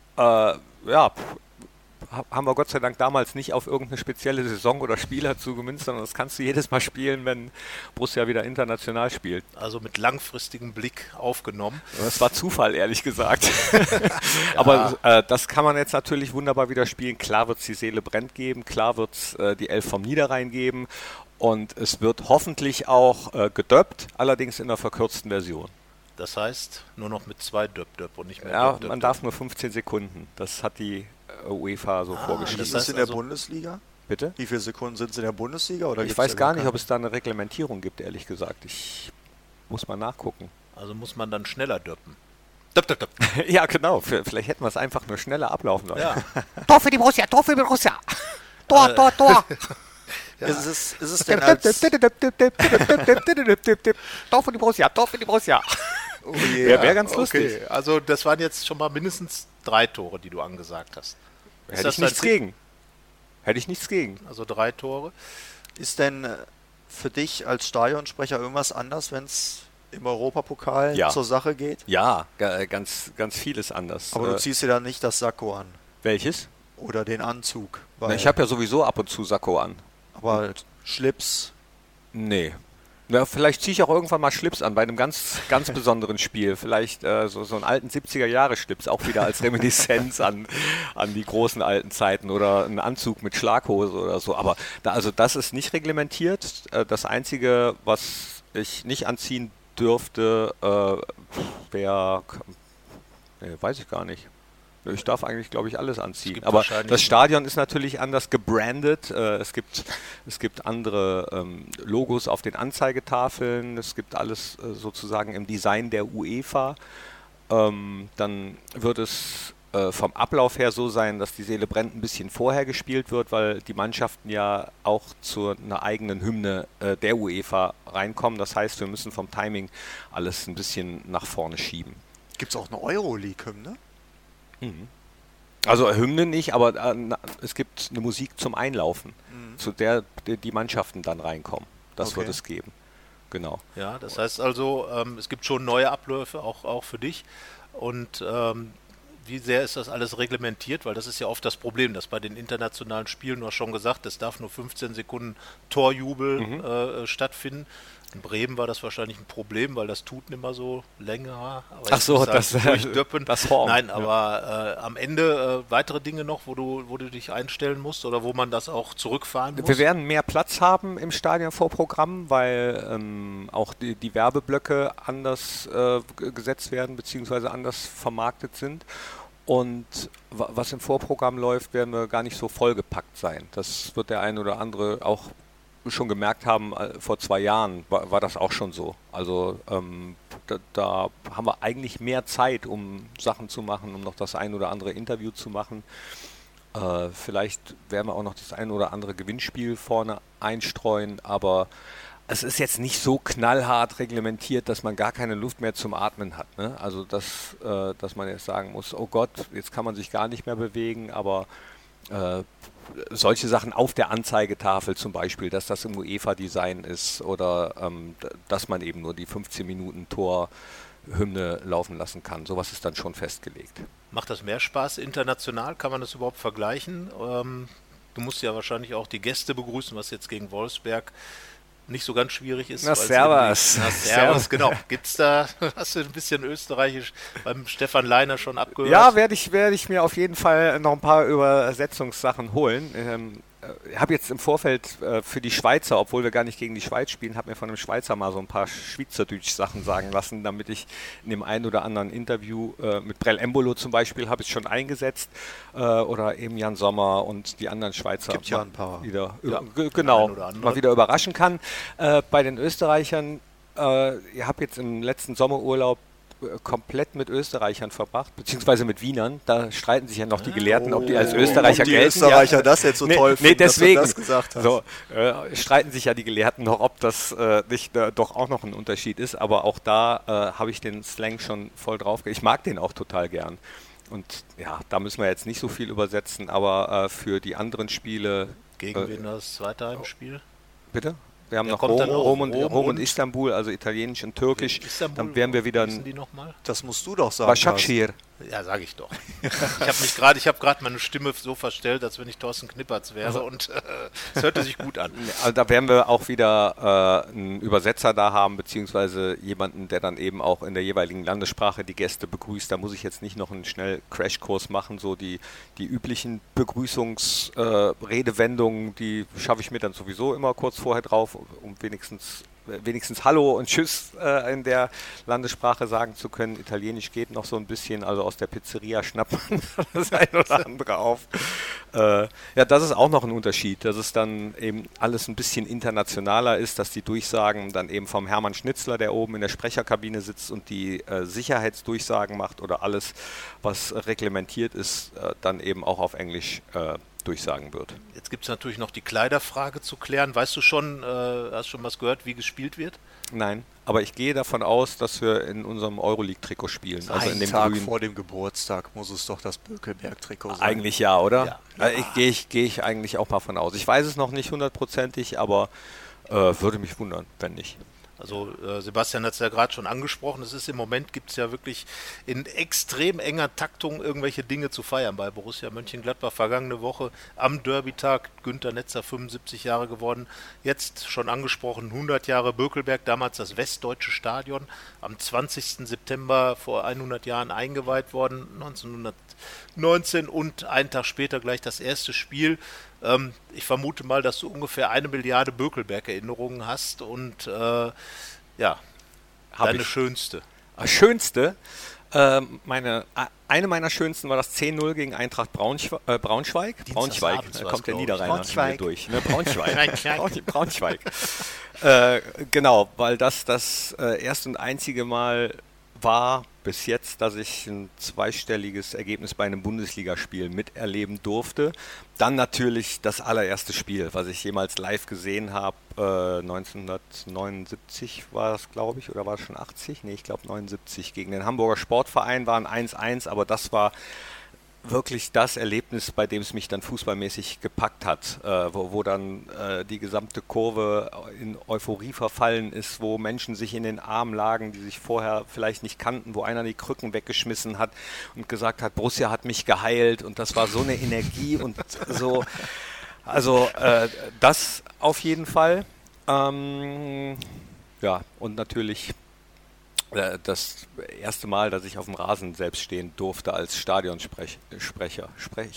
haben wir Gott sei Dank damals nicht auf irgendeine spezielle Saison oder Spieler zugemünzt, sondern das kannst du jedes Mal spielen, wenn Borussia wieder international spielt. Also mit langfristigem Blick aufgenommen. Das war Zufall, ehrlich gesagt. Aber das kann man jetzt natürlich wunderbar wieder spielen. Klar wird es die Seele brennt geben, klar wird es die Elf vom Niederrhein geben und es wird hoffentlich auch gedubbt, allerdings in einer verkürzten Version. Das heißt, nur noch mit 2 Döp und nicht mehr Döp. Man darf nur 15 Sekunden. Das hat die UEFA so vorgeschrieben. Ist das in der Bundesliga? Bitte? Wie viele Sekunden sind es in der Bundesliga? Oder ich weiß gar nicht, ob es da eine Reglementierung gibt, ehrlich gesagt. Ich muss mal nachgucken. Also muss man dann schneller döppen. Ja, genau. Vielleicht hätten wir es einfach nur schneller ablaufen lassen. Ja. Tor für die Borussia, Tor für die Borussia. Tor. Ja. Ist es denn Tor für die Borussia, Tor für die Borussia. Oh yeah. Wäre ganz lustig. Okay. Also das waren jetzt schon mal mindestens 3 Tore, die du angesagt hast. Hätte ich nichts gegen. Hätte ich nichts gegen. Also 3 Tore. Ist denn für dich als Stadionsprecher irgendwas anders, wenn es im Europapokal zur Sache geht? Ja, ganz, ganz vieles anders. Aber du ziehst dir dann nicht das Sakko an. Welches? Oder den Anzug. Na, ich habe ja sowieso ab und zu Sakko an. Aber Schlips? Nee. Na, vielleicht ziehe ich auch irgendwann mal Schlips an, bei einem ganz, ganz besonderen Spiel. Vielleicht so einen alten 70er-Jahre-Schlips, auch wieder als Reminiszenz an die großen alten Zeiten oder einen Anzug mit Schlaghose oder so. Aber das ist nicht reglementiert. Das Einzige, was ich nicht anziehen dürfte, wäre, weiß ich gar nicht. Ich darf eigentlich, glaube ich, alles anziehen. Aber das Stadion ist natürlich anders gebrandet. Es gibt andere Logos auf den Anzeigetafeln. Es gibt alles sozusagen im Design der UEFA. Dann wird es vom Ablauf her so sein, dass die Seele brennt ein bisschen vorher gespielt wird, weil die Mannschaften ja auch zu einer eigenen Hymne der UEFA reinkommen. Das heißt, wir müssen vom Timing alles ein bisschen nach vorne schieben. Gibt es auch eine Euroleague-Hymne? Also Hymne nicht, aber es gibt eine Musik zum Einlaufen, zu der die Mannschaften dann reinkommen. Das wird es geben. Genau. Ja, das heißt also, es gibt schon neue Abläufe, auch für dich. Und wie sehr ist das alles reglementiert? Weil das ist ja oft das Problem, dass bei den internationalen Spielen, du hast schon gesagt, es darf nur 15 Sekunden Torjubel stattfinden. In Bremen war das wahrscheinlich ein Problem, weil das Tuten immer so länger. Aber ach so, das durchdöppen. Das Horn. Nein, aber am Ende weitere Dinge noch, wo du dich einstellen musst oder wo man das auch zurückfahren muss? Wir werden mehr Platz haben im Stadionvorprogramm, weil auch die Werbeblöcke anders gesetzt werden bzw. anders vermarktet sind. Und was im Vorprogramm läuft, werden wir gar nicht so vollgepackt sein. Das wird der ein oder andere auch schon gemerkt haben, vor 2 Jahren war das auch schon so. Also da haben wir eigentlich mehr Zeit, um Sachen zu machen, um noch das ein oder andere Interview zu machen. Vielleicht werden wir auch noch das ein oder andere Gewinnspiel vorne einstreuen, aber es ist jetzt nicht so knallhart reglementiert, dass man gar keine Luft mehr zum Atmen hat. Ne? Also dass man jetzt sagen muss, oh Gott, jetzt kann man sich gar nicht mehr bewegen, aber solche Sachen auf der Anzeigetafel zum Beispiel, dass das im UEFA-Design ist oder dass man eben nur die 15 Minuten Torhymne laufen lassen kann. Sowas ist dann schon festgelegt. Macht das mehr Spaß international? Kann man das überhaupt vergleichen? Du musst ja wahrscheinlich auch die Gäste begrüßen, was jetzt gegen Wolfsberg nicht so ganz schwierig ist. Na, servus. Servus, genau. Gibt's da, hast du ein bisschen österreichisch beim Stefan Leiner schon abgehört? Ja, werde ich mir auf jeden Fall noch ein paar Übersetzungssachen holen. Ich habe jetzt im Vorfeld für die Schweizer, obwohl wir gar nicht gegen die Schweiz spielen, habe mir von einem Schweizer mal so ein paar Schweizerdeutsch-Sachen sagen lassen, damit ich in dem einen oder anderen Interview mit Brell Embolo zum Beispiel habe ich schon eingesetzt oder eben Jan Sommer und die anderen Schweizer. Gibt ja ein paar. Mal wieder überraschen kann. Bei den Österreichern, ihr habt jetzt im letzten Sommerurlaub komplett mit Österreichern verbracht, beziehungsweise mit Wienern. Da streiten sich ja noch die Gelehrten, ob die als Österreicher gelten. Ob die Österreicher das jetzt so toll finden, deswegen, dass du das gesagt hast. So, streiten sich ja die Gelehrten noch, ob das nicht doch auch noch ein Unterschied ist. Aber auch da habe ich den Slang schon voll drauf. Ich mag den auch total gern. Und ja, da müssen wir jetzt nicht so viel übersetzen, aber für die anderen Spiele... Gegen wen das zweite Heimspiel? Bitte? Wir haben noch Rom und Istanbul, also Italienisch und Türkisch. Istanbul, dann wären wir wieder... Die noch mal? Das musst du doch sagen. Başakşehir. Ja, sage ich doch. Ich habe gerade meine Stimme so verstellt, als wenn ich Thorsten Knippertz wäre und es hörte sich gut an. Also da werden wir auch wieder einen Übersetzer da haben, beziehungsweise jemanden, der dann eben auch in der jeweiligen Landessprache die Gäste begrüßt. Da muss ich jetzt nicht noch einen schnell Crashkurs machen, so die üblichen Begrüßungsredewendungen, die schaffe ich mir dann sowieso immer kurz vorher drauf, um wenigstens Hallo und Tschüss in der Landessprache sagen zu können. Italienisch geht noch so ein bisschen, also aus der Pizzeria schnappt man das ein oder andere auf. Ja, das ist auch noch ein Unterschied, dass es dann eben alles ein bisschen internationaler ist, dass die Durchsagen dann eben vom Hermann Schnitzler, der oben in der Sprecherkabine sitzt und die Sicherheitsdurchsagen macht oder alles, was reglementiert ist, dann eben auch auf Englisch durchsagen wird. Jetzt gibt es natürlich noch die Kleiderfrage zu klären. Weißt du schon, hast schon was gehört, wie gespielt wird? Nein, aber ich gehe davon aus, dass wir in unserem Euroleague-Trikot spielen. Also in Einen dem Tag grünen. vor dem Geburtstag muss es doch das Bökelberg-Trikot sein. Eigentlich ja, oder? Ja. Also gehe ich eigentlich auch mal von aus. Ich weiß es noch nicht hundertprozentig, aber würde mich wundern, wenn nicht. Also Sebastian hat es ja gerade schon angesprochen, es ist im Moment, gibt es ja wirklich in extrem enger Taktung irgendwelche Dinge zu feiern bei Borussia Mönchengladbach. Vergangene Woche am Derby-Tag, Günter Netzer 75 Jahre geworden, jetzt schon angesprochen 100 Jahre Bökelberg, damals das Westdeutsche Stadion, am 20. September vor 100 Jahren eingeweiht worden, 1919 und einen Tag später gleich das erste Spiel. Ich vermute mal, dass du ungefähr 1 Milliarde Bökelberg-Erinnerungen hast und ja, deine schönste. Schönste? Eine meiner schönsten war das 10-0 gegen Eintracht Braunschweig. Braunschweig, da kommt der Niederrheiner hier durch. Ne? Braunschweig. Genau, weil das erste und einzige Mal war bis jetzt, dass ich ein zweistelliges Ergebnis bei einem Bundesligaspiel miterleben durfte. Dann natürlich das allererste Spiel, was ich jemals live gesehen habe. 1979 war das, glaube ich, oder war es schon 80? Nee, ich glaube 79. Gegen den Hamburger Sportverein waren 1-1, aber das war wirklich das Erlebnis, bei dem es mich dann fußballmäßig gepackt hat, wo dann die gesamte Kurve in Euphorie verfallen ist, wo Menschen sich in den Armen lagen, die sich vorher vielleicht nicht kannten, wo einer die Krücken weggeschmissen hat und gesagt hat, Borussia hat mich geheilt, und das war so eine Energie und so, also das auf jeden Fall. Ja, und natürlich das erste Mal, dass ich auf dem Rasen selbst stehen durfte als Stadionsprecher.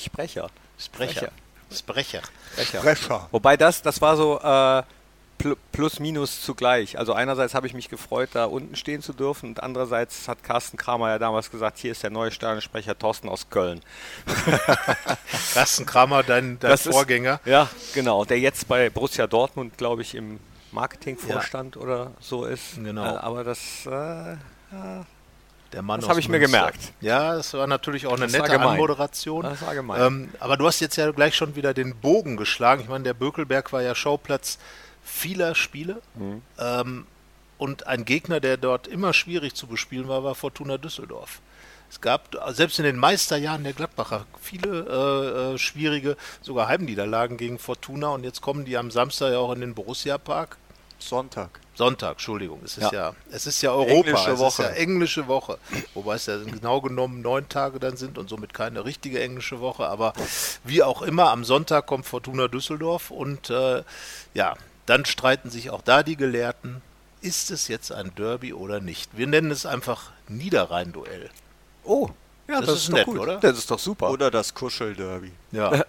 Wobei das war so plus minus zugleich. Also einerseits habe ich mich gefreut, da unten stehen zu dürfen, und andererseits hat Carsten Kramer ja damals gesagt, hier ist der neue Stadionsprecher Thorsten aus Köln. Carsten Kramer, dein Vorgänger. Ja, genau, der jetzt bei Borussia Dortmund, glaube ich, im Marketingvorstand oder so ist. Genau. Aber das Der Mann das aus habe ich mir Münster. gemerkt. Ja, das war natürlich auch eine Das war nette gemein. Anmoderation. Das war gemein. Aber du hast jetzt ja gleich schon wieder den Bogen geschlagen. Ich meine, der Bökelberg war ja Schauplatz vieler Spiele. Und ein Gegner, der dort immer schwierig zu bespielen war Fortuna Düsseldorf. Es gab selbst in den Meisterjahren der Gladbacher viele schwierige, sogar Heimniederlagen gegen Fortuna, und jetzt kommen die am Samstag ja auch in den Borussia-Park. Sonntag, Entschuldigung. Es ist ja Europa, Englische es Woche. ist ja englische Woche. Wobei es ja genau genommen 9 Tage dann sind und somit keine richtige englische Woche. Aber wie auch immer, am Sonntag kommt Fortuna Düsseldorf und ja, dann streiten sich auch da die Gelehrten. Ist es jetzt ein Derby oder nicht? Wir nennen es einfach Niederrhein-Duell. Oh, ja, Das ist doch nett, gut, oder? Das ist doch super. Oder das Kuschelderby. Ja.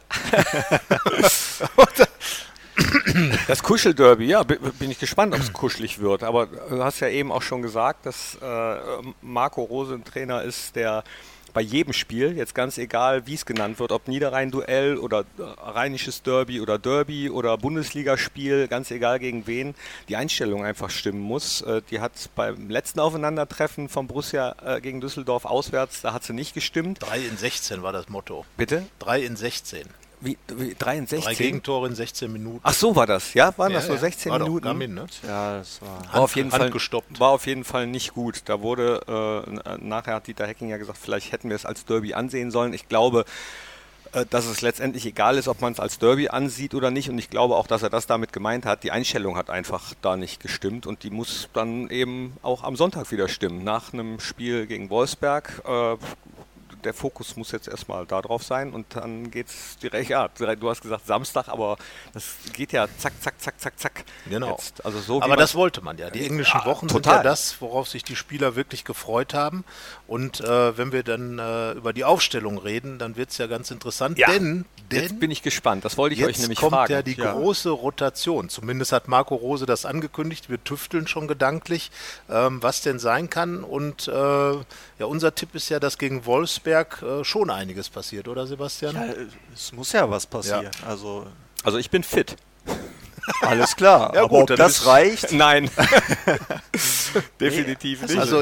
Das Kuschelderby, ja, bin ich gespannt, ob es kuschelig wird. Aber du hast ja eben auch schon gesagt, dass Marco Rose ein Trainer ist, der bei jedem Spiel, jetzt ganz egal, wie es genannt wird, ob Niederrhein-Duell oder Rheinisches Derby oder Bundesligaspiel, ganz egal gegen wen, die Einstellung einfach stimmen muss. Die hat beim letzten Aufeinandertreffen von Borussia gegen Düsseldorf auswärts, da hat sie nicht gestimmt. 3 in 16 war das Motto. Bitte? 3 in 16. Wie 3 in 16? 3 Gegentore in 16 Minuten. Ach so war das, ja? Waren das Ja, nur 16 war doch Minuten? Gamin, ne? Ja, das war... War auf jeden Fall handgestoppt. war auf jeden Fall nicht gut. Da wurde nachher hat Dieter Hecking ja gesagt, vielleicht hätten wir es als Derby ansehen sollen. Ich glaube, dass es letztendlich egal ist, ob man es als Derby ansieht oder nicht. Und ich glaube auch, dass er das damit gemeint hat. Die Einstellung hat einfach da nicht gestimmt, und die muss dann eben auch am Sonntag wieder stimmen. Nach einem Spiel gegen Wolfsberg. Der Fokus muss jetzt erstmal da drauf sein, und dann geht's direkt, ja, du hast gesagt Samstag, aber das geht ja zack, zack, zack, zack, zack. Genau. Jetzt, also so, wie Aber man- das wollte man ja. Die englischen Wochen sind total. ja das, worauf sich die Spieler wirklich gefreut haben. Und wenn wir dann über die Aufstellung reden, dann wird es ja ganz interessant. Ja. Denn Jetzt bin ich gespannt, das wollte ich euch jetzt nämlich kommt fragen. ja die große Rotation. Zumindest hat Marco Rose das angekündigt. Wir tüfteln schon gedanklich, was denn sein kann. Und ja, unser Tipp ist ja, dass gegen Wolfsberg schon einiges passiert, oder Sebastian? Ja, es muss ja was passieren. Also Also ich bin fit. alles klar. Ja, aber gut, ob dann das ist- reicht? Nein. Definitiv nicht. Also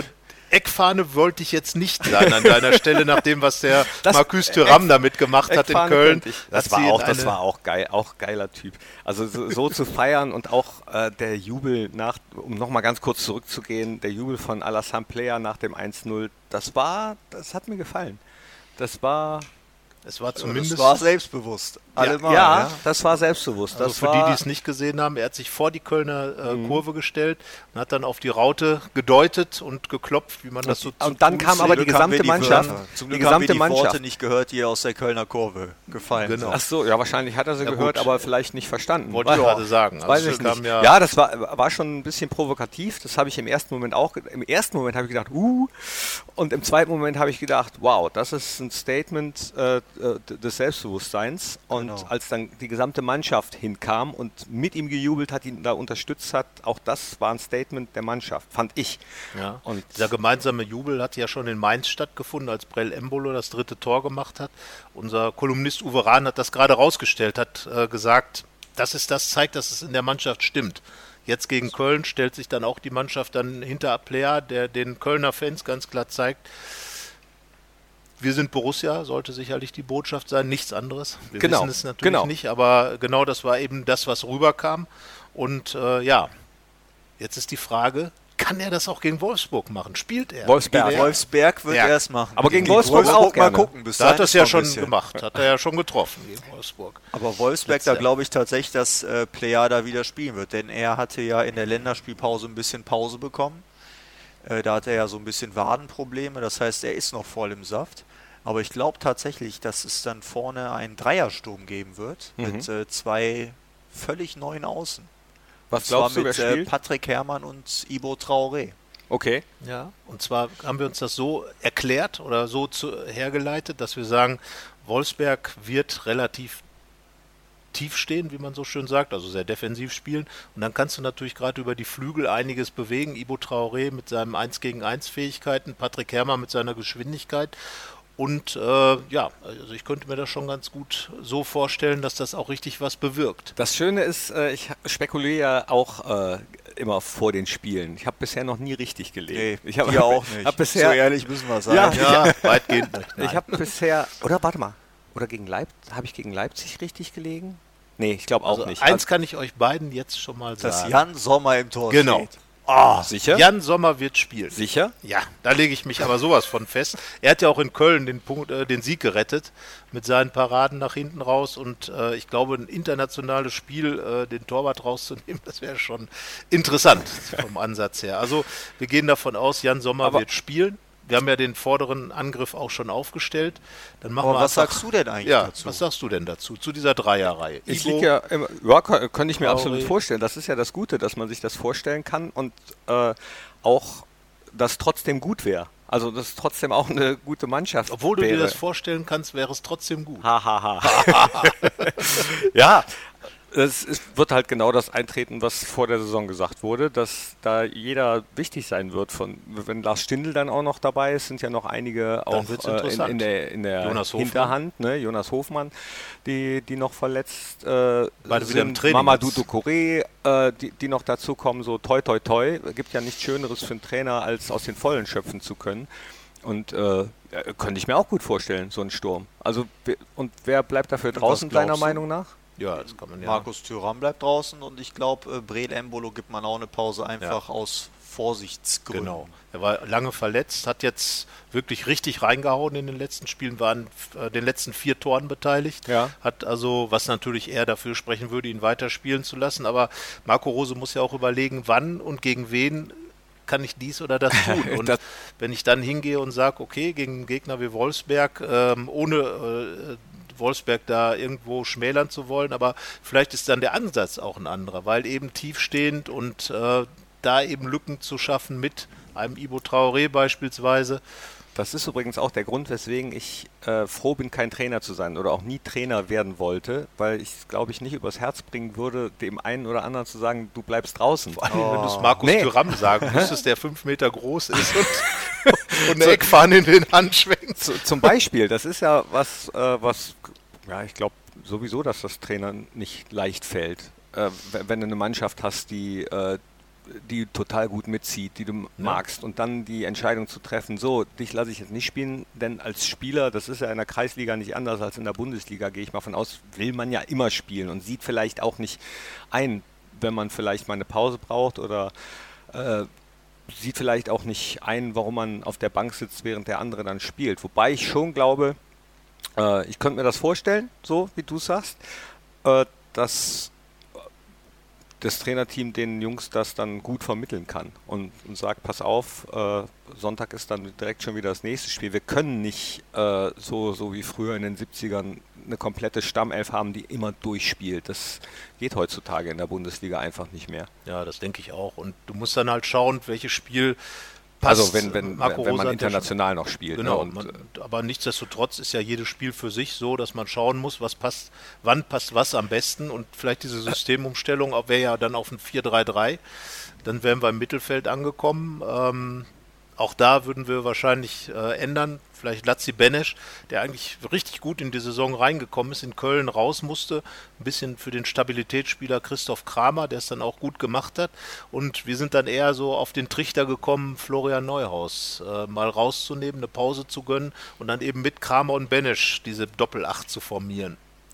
Eckfahne wollte ich jetzt nicht sein an deiner Stelle, nach dem, was der Marcus Thuram damit gemacht hat in Köln. Das war auch geil, auch geiler Typ. Also so zu feiern und auch der Jubel um nochmal ganz kurz zurückzugehen, der Jubel von Alassane Player nach dem 1-0, das hat mir gefallen. Es war selbstbewusst. Das war selbstbewusst. Also für die es nicht gesehen haben, er hat sich vor die Kölner Kurve gestellt und hat dann auf die Raute gedeutet und geklopft, wie man das so Und dann kam aber die gesamte Mannschaft. Zum Glück haben wir die Worte nicht gehört, die aus der Kölner Kurve gefallen sind. Ach so, ja, wahrscheinlich hat er sie gehört, aber vielleicht nicht verstanden. Wollte ich gerade sagen. Weiß ich nicht. Ja, das war schon ein bisschen provokativ. Das habe ich im ersten Moment auch. Im ersten Moment habe ich gedacht, und im zweiten Moment habe ich gedacht, wow, das ist ein Statement des Selbstbewusstseins. Und als dann die gesamte Mannschaft hinkam und mit ihm gejubelt hat, ihn da unterstützt hat, auch das war ein Statement der Mannschaft, fand ich. Ja. Und dieser gemeinsame Jubel hat ja schon in Mainz stattgefunden, als Brell Embolo das 3. Tor gemacht hat. Unser Kolumnist Uwe Rahn hat das gerade rausgestellt, hat gesagt, zeigt, dass es in der Mannschaft stimmt. Jetzt gegen Köln stellt sich dann auch die Mannschaft dann hinter Player, der den Kölner Fans ganz klar zeigt, wir sind Borussia, sollte sicherlich die Botschaft sein, nichts anderes. Wir wissen es natürlich nicht, aber genau das war eben das, was rüberkam. Und jetzt ist die Frage, kann er das auch gegen Wolfsburg machen? Spielt er? Wolfsberg wird er es machen. Aber gegen Wolfsburg auch gerne. Mal gucken. Da hat er es ja schon gemacht, hat er ja schon getroffen gegen Wolfsburg. Aber Wolfsberg, da glaube ich tatsächlich, dass Player da wieder spielen wird, denn er hatte ja in der Länderspielpause ein bisschen Pause bekommen. Da hat er ja so ein bisschen Wadenprobleme, das heißt, er ist noch voll im Saft. Aber ich glaube tatsächlich, dass es dann vorne einen Dreiersturm geben wird mit 2 völlig neuen Außen. Was glaubst du, wer spielt? Patrick Herrmann und Ibo Traoré. Okay. Ja, und zwar haben wir uns das so erklärt oder so hergeleitet, dass wir sagen, Wolfsberg wird relativ tief stehen, wie man so schön sagt, also sehr defensiv spielen. Und dann kannst du natürlich gerade über die Flügel einiges bewegen. Ibo Traoré mit seinen 1-gegen-1 Fähigkeiten, Patrick Herrmann mit seiner Geschwindigkeit. Und also ich könnte mir das schon ganz gut so vorstellen, dass das auch richtig was bewirkt. Das Schöne ist, ich spekuliere ja auch immer vor den Spielen. Ich habe bisher noch nie richtig gelegen. Nee, ich habe auch nicht. So ehrlich müssen wir sein. Ja, weitgehend nicht. Ich habe bisher, habe ich gegen Leipzig richtig gelegen? Nee, ich glaube auch nicht. Eins kann ich euch beiden jetzt schon mal sagen. Dass Jan Sommer im Tor steht. Sicher? Jan Sommer wird spielen. Sicher? Ja, da lege ich mich aber sowas von fest. Er hat ja auch in Köln den Sieg gerettet mit seinen Paraden nach hinten raus und ich glaube, ein internationales Spiel, den Torwart rauszunehmen, das wäre schon interessant vom Ansatz her. Also wir gehen davon aus, Jan Sommer wird spielen. Wir haben ja den vorderen Angriff auch schon aufgestellt. Dann machen was sagst du denn eigentlich dazu? Was sagst du denn dazu, zu dieser Dreierreihe? Ich liege könnte ich mir absolut vorstellen. Das ist ja das Gute, dass man sich das vorstellen kann und auch das trotzdem gut wäre. Also das trotzdem auch eine gute Mannschaft Obwohl du dir das vorstellen kannst, wäre es trotzdem gut. Ja, es wird halt genau das eintreten, was vor der Saison gesagt wurde, dass da jeder wichtig sein wird. Wenn Lars Stindl dann auch noch dabei ist, sind ja noch einige auch in der Hinterhand, ne? Jonas Hofmann, die noch verletzt sind, Mamadou Doucouré, die noch dazu kommen, so toi toi toi. Es gibt ja nichts Schöneres für einen Trainer, als aus den Vollen schöpfen zu können. Und könnte ich mir auch gut vorstellen, so ein Sturm. Also und wer bleibt dafür draußen, deiner Meinung nach? Ja, das kann man Markus Thuram bleibt draußen und ich glaube, Breel Embolo gibt man auch eine Pause einfach aus Vorsichtsgründen. Genau. Er war lange verletzt, hat jetzt wirklich richtig reingehauen in den letzten Spielen, war an den letzten 4 Toren beteiligt. Ja. Hat also, was natürlich eher dafür sprechen würde, ihn weiterspielen zu lassen. Aber Marco Rose muss ja auch überlegen, wann und gegen wen kann ich dies oder das tun. Und wenn ich dann hingehe und sage, okay, gegen einen Gegner wie Wolfsberg, ohne Wolfsberg da irgendwo schmälern zu wollen, aber vielleicht ist dann der Ansatz auch ein anderer, weil eben tiefstehend und da eben Lücken zu schaffen mit einem Ibo Traoré beispielsweise. Das ist übrigens auch der Grund, weswegen ich froh bin, kein Trainer zu sein oder auch nie Trainer werden wollte, weil ich es, glaube ich, nicht übers Herz bringen würde, dem einen oder anderen zu sagen, du bleibst draußen. Vor allem, wenn du es Markus Thuram sagen müsstest, der 5 Meter groß ist und eine Eckfahne in den Hand schwenkt. Zum Beispiel, das ist ja was ich glaube sowieso, dass das Trainer nicht leicht fällt. Wenn du eine Mannschaft hast, die die total gut mitzieht, die du magst, und dann die Entscheidung zu treffen, so, dich lasse ich jetzt nicht spielen, denn als Spieler, das ist ja in der Kreisliga nicht anders als in der Bundesliga, gehe ich mal von aus, will man ja immer spielen und sieht vielleicht auch nicht ein, wenn man vielleicht mal eine Pause braucht oder sieht vielleicht auch nicht ein, warum man auf der Bank sitzt, während der andere dann spielt. Wobei ich schon glaube, ich könnte mir das vorstellen, so wie du sagst, dass das Trainerteam den Jungs das dann gut vermitteln kann und sagt, pass auf, Sonntag ist dann direkt schon wieder das nächste Spiel. Wir können nicht so wie früher in den 70ern eine komplette Stammelf haben, die immer durchspielt. Das geht heutzutage in der Bundesliga einfach nicht mehr. Ja, das denke ich auch. Und du musst dann halt schauen, welches Spiel passt. Also wenn man international noch spielt. Genau, ne? Aber nichtsdestotrotz ist ja jedes Spiel für sich so, dass man schauen muss, wann passt was am besten, und vielleicht diese Systemumstellung wäre ja dann auf ein 4-3-3, dann wären wir im Mittelfeld angekommen. Auch da würden wir wahrscheinlich ändern. Vielleicht Lazzi Benesch, der eigentlich richtig gut in die Saison reingekommen ist, in Köln raus musste. Ein bisschen für den Stabilitätsspieler Christoph Kramer, der es dann auch gut gemacht hat. Und wir sind dann eher so auf den Trichter gekommen, Florian Neuhaus mal rauszunehmen, eine Pause zu gönnen und dann eben mit Kramer und Benesch diese Doppelacht zu formieren.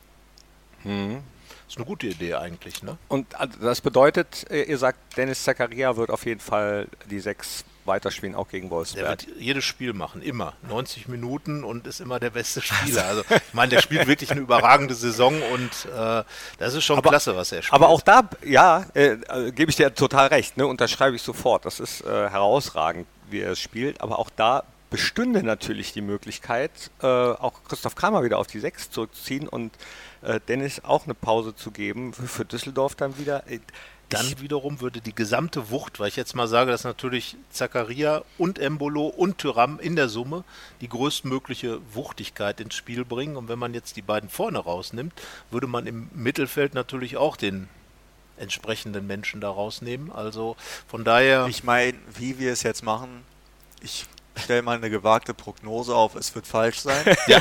Das ist eine gute Idee eigentlich, ne? Und das bedeutet, ihr sagt, Dennis Zakaria wird auf jeden Fall die 6 weiterspielen, auch gegen Wolfsberg. Der wird jedes Spiel machen, immer. 90 Minuten und ist immer der beste Spieler. Also ich meine, der spielt wirklich eine überragende Saison und das ist schon klasse, was er spielt. Aber auch da, ja, gebe ich dir total recht, ne, unterschreibe ich sofort. Das ist herausragend, wie er es spielt, aber auch da bestünde natürlich die Möglichkeit, auch Christoph Kramer wieder auf die 6 zurückzuziehen und Dennis auch eine Pause zu geben, für Düsseldorf dann wieder. Dann wiederum würde die gesamte Wucht, weil ich jetzt mal sage, dass natürlich Zakaria und Embolo und Thuram in der Summe die größtmögliche Wuchtigkeit ins Spiel bringen. Und wenn man jetzt die beiden vorne rausnimmt, würde man im Mittelfeld natürlich auch den entsprechenden Menschen da rausnehmen. Also von daher... Ich meine, wie wir es jetzt machen, ich stelle mal eine gewagte Prognose auf, es wird falsch sein. Ja.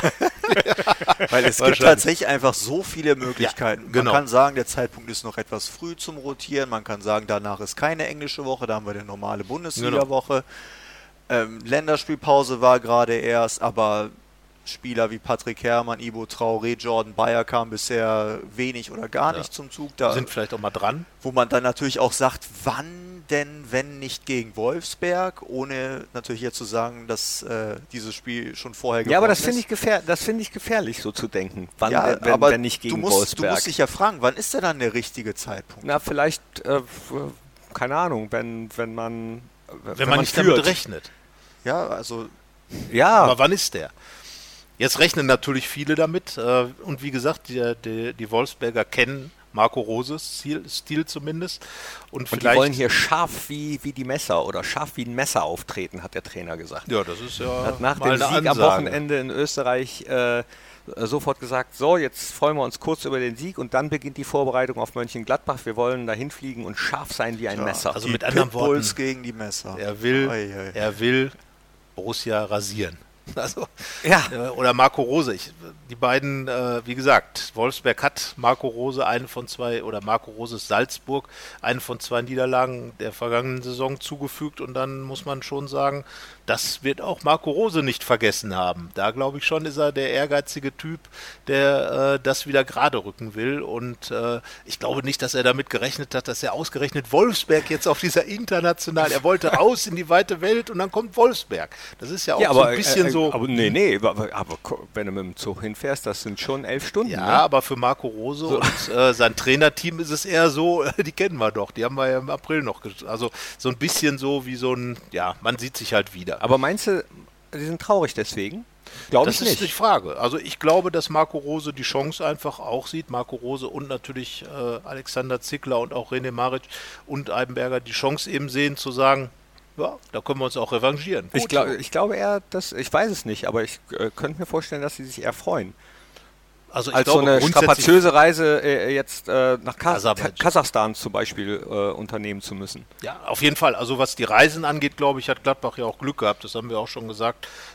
Weil es gibt tatsächlich einfach so viele Möglichkeiten. Ja, genau. Man kann sagen, der Zeitpunkt ist noch etwas früh zum Rotieren. Man kann sagen, danach ist keine englische Woche, da haben wir eine normale Bundesliga-Woche. Länderspielpause war gerade erst, aber Spieler wie Patrick Herrmann, Ibo Traoré, Jordan Bayer kamen bisher wenig oder gar nicht zum Zug. Da sind vielleicht auch mal dran. Wo man dann natürlich auch sagt, wann denn, wenn nicht gegen Wolfsberg, ohne natürlich jetzt zu sagen, dass dieses Spiel schon vorher gewonnen ist. Ja, aber das finde ich gefährlich, so zu denken. Wann, ja, wenn nicht gegen Wolfsberg. Du musst dich ja fragen, wann ist denn dann der richtige Zeitpunkt? Na, vielleicht, keine Ahnung, wenn man nicht führt. Damit rechnet. Ja, also... Ja. Aber wann ist der? Jetzt rechnen natürlich viele damit und wie gesagt, die Wolfsberger kennen Marco Roses Stil zumindest. Und die wollen hier scharf wie die Messer oder scharf wie ein Messer auftreten, hat der Trainer gesagt. Ja, das ist ja hat nach dem Sieg am Wochenende in Österreich sofort gesagt, so, jetzt freuen wir uns kurz über den Sieg und dann beginnt die Vorbereitung auf Mönchengladbach. Wir wollen dahin fliegen und scharf sein wie ein Messer. Also mit anderen Worten, gegen die Messer. Er will Borussia rasieren. Also, ja. Oder Marco Rose. Die beiden, wie gesagt, Wolfsberg hat Marco Rose Marco Roses Salzburg eine von 2 Niederlagen der vergangenen Saison zugefügt und dann muss man schon sagen, das wird auch Marco Rose nicht vergessen haben. Da glaube ich schon, ist er der ehrgeizige Typ, der das wieder gerade rücken will und ich glaube nicht, dass er damit gerechnet hat, dass er ausgerechnet Wolfsberg jetzt auf dieser internationalen, er wollte raus in die weite Welt und dann kommt Wolfsberg. Das ist ja auch so ein bisschen so... Aber nee, aber wenn du mit dem Zug hinfährst, das sind schon 11 Stunden. Ja, ne? aber für Marco Rose und sein Trainerteam ist es eher so, die kennen wir doch, die haben wir ja im April noch, also so ein bisschen so wie so ein, ja, man sieht sich halt wieder. Aber meinst du, die sind traurig deswegen? Glaube ich nicht. Das ist die Frage. Also ich glaube, dass Marco Rose die Chance einfach auch sieht, Marco Rose und natürlich Alexander Zickler und auch René Maric und Eibenberger die Chance eben sehen zu sagen, ja, da können wir uns auch revanchieren. Ich glaube eher, ich weiß es nicht, aber ich könnte mir vorstellen, dass sie sich eher freuen. Also ich als glaube, so eine strapaziöse Reise jetzt nach Kasachstan zum Beispiel unternehmen zu müssen. Ja, auf jeden Fall. Also was die Reisen angeht, glaube ich, hat Gladbach ja auch Glück gehabt. Das haben wir auch schon gesagt.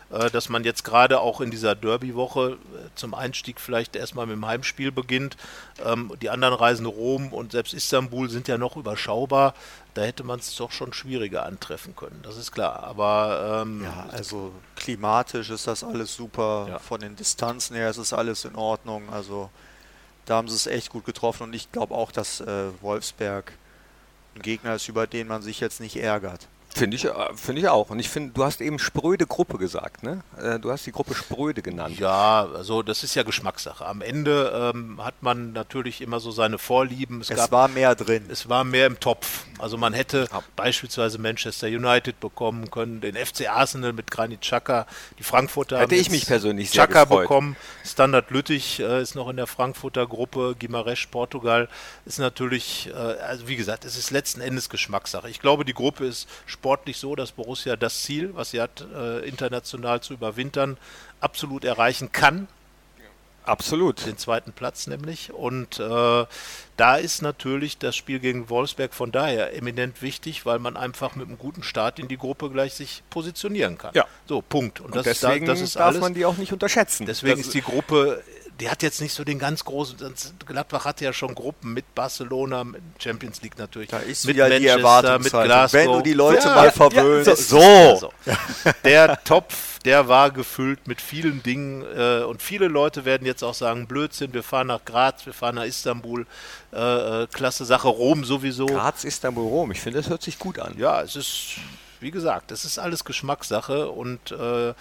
dass man jetzt gerade auch in dieser Derby-Woche zum Einstieg vielleicht erstmal mit dem Heimspiel beginnt. Die anderen Reisen Rom und selbst Istanbul sind ja noch überschaubar. Da hätte man es doch schon schwieriger antreffen können, das ist klar. Aber Ja, also klimatisch ist das alles super. Ja. Von den Distanzen her ist es alles in Ordnung. Also da haben sie es echt gut getroffen und ich glaube auch, dass Wolfsberg ein Gegner ist, über den man sich jetzt nicht ärgert. Finde ich auch. Und ich finde, du hast eben spröde Gruppe gesagt, ne? Du hast die Gruppe spröde genannt. ja, also das ist ja Geschmackssache. Am Ende hat man natürlich immer so seine Vorlieben. Es war mehr drin. Es war mehr im Topf. Also man hätte beispielsweise Manchester United bekommen können, den FC Arsenal mit Granit Xhaka, die Frankfurter Hätte haben ich mich jetzt persönlich sehr Xhaka gefreut. bekommen, Standard Lüttich ist noch in der Frankfurter Gruppe, Guimarães Portugal ist natürlich, also wie gesagt, es ist letzten Endes Geschmackssache. Ich glaube, die Gruppe ist sportlich so, dass Borussia das Ziel, was sie hat, international zu überwintern, absolut erreichen kann. Absolut. Den zweiten Platz nämlich. Und da ist natürlich das Spiel gegen Wolfsberg von daher eminent wichtig, weil man einfach mit einem guten Start in die Gruppe gleich sich positionieren kann. Ja. So, Punkt. Und Und deswegen das ist darf alles. man die auch nicht unterschätzen. Deswegen Das- ist die Gruppe, die hat jetzt nicht so den ganz großen, Gladbach hatte ja schon Gruppen mit Barcelona, mit Champions League natürlich, Da ist mit wieder die Manchester, Erwartungshaltung. mit Glasgow. Wenn du die Leute Ja, mal ja, verwöhnst. das ist So. also, der Topf, der war gefüllt mit vielen Dingen und viele Leute werden jetzt auch sagen, Blödsinn, wir fahren nach Graz, wir fahren nach Istanbul, klasse Sache, Rom sowieso. Graz, Istanbul, Rom. Ich finde, das hört sich gut an. Ja, es ist, wie gesagt, es ist alles Geschmackssache und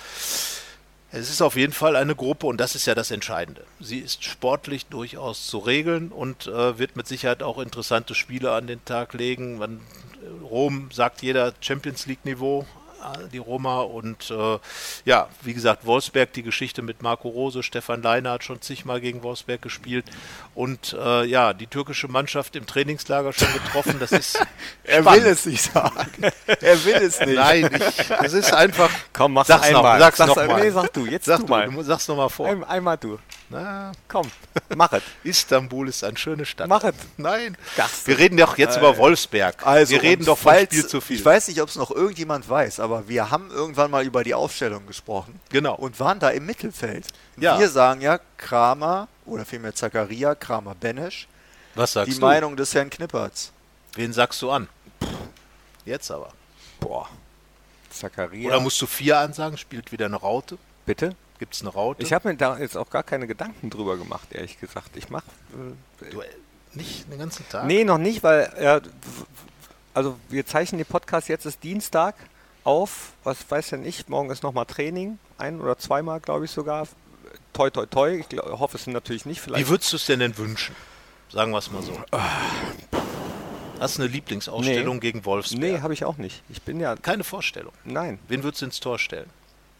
es ist auf jeden Fall eine Gruppe und das ist ja das Entscheidende. Sie ist sportlich durchaus zu regeln und wird mit Sicherheit auch interessante Spiele an den Tag legen. Rom sagt jeder Champions League Niveau, die Roma und ja, wie gesagt, Wolfsberg, die Geschichte mit Marco Rose, Stefan Leiner hat schon zigmal gegen Wolfsberg gespielt und ja, die türkische Mannschaft im Trainingslager schon getroffen, das ist Er spannend. will es nicht sagen. Er will es nicht. Nein, das ist einfach. Komm, mach's Sag's einmal. noch, sag's Sag's noch ein- mal. Nee, sag du. Jetzt Sag du mal. du sag's nochmal vor. Einmal du. Na, Komm, mach es. Istanbul ist eine schöne Stadt. Mach es. Nein. Das- Wir reden doch jetzt über Wolfsberg. Also, wir reden und doch von falls- Spiel zu viel. Ich weiß nicht, ob es noch irgendjemand weiß, aber wir haben irgendwann mal über die Aufstellung gesprochen. Genau. Und waren da im Mittelfeld. Ja. Wir sagen ja Kramer, oder vielmehr Zakaria, Kramer, Benesch. Was sagst Die du? Meinung des Herrn Knippertz. Wen sagst du an? Jetzt aber. Boah. Zakaria. Oder musst du 4 ansagen? Spielt wieder eine Raute? bitte? Gibt es eine Raute? Ich habe mir da jetzt auch gar keine Gedanken drüber gemacht, ehrlich gesagt. Ich mache. Du, nicht den ganzen Tag? Nee, noch nicht, weil. Also, wir zeichnen den Podcast jetzt ist Dienstag auf. Was weiß denn ich? Morgen ist nochmal Training. Ein- oder zweimal, glaube ich sogar. Toi, toi, toi. Ich hoffe es natürlich nicht. Vielleicht. Wie würdest du es denn wünschen? Sagen wir es mal so. Hast du eine Lieblingsausstellung Nee. gegen Wolfsberg? Nee, habe ich auch nicht. Ich bin ja. Keine Vorstellung. Nein. Wen würdest du ins Tor stellen?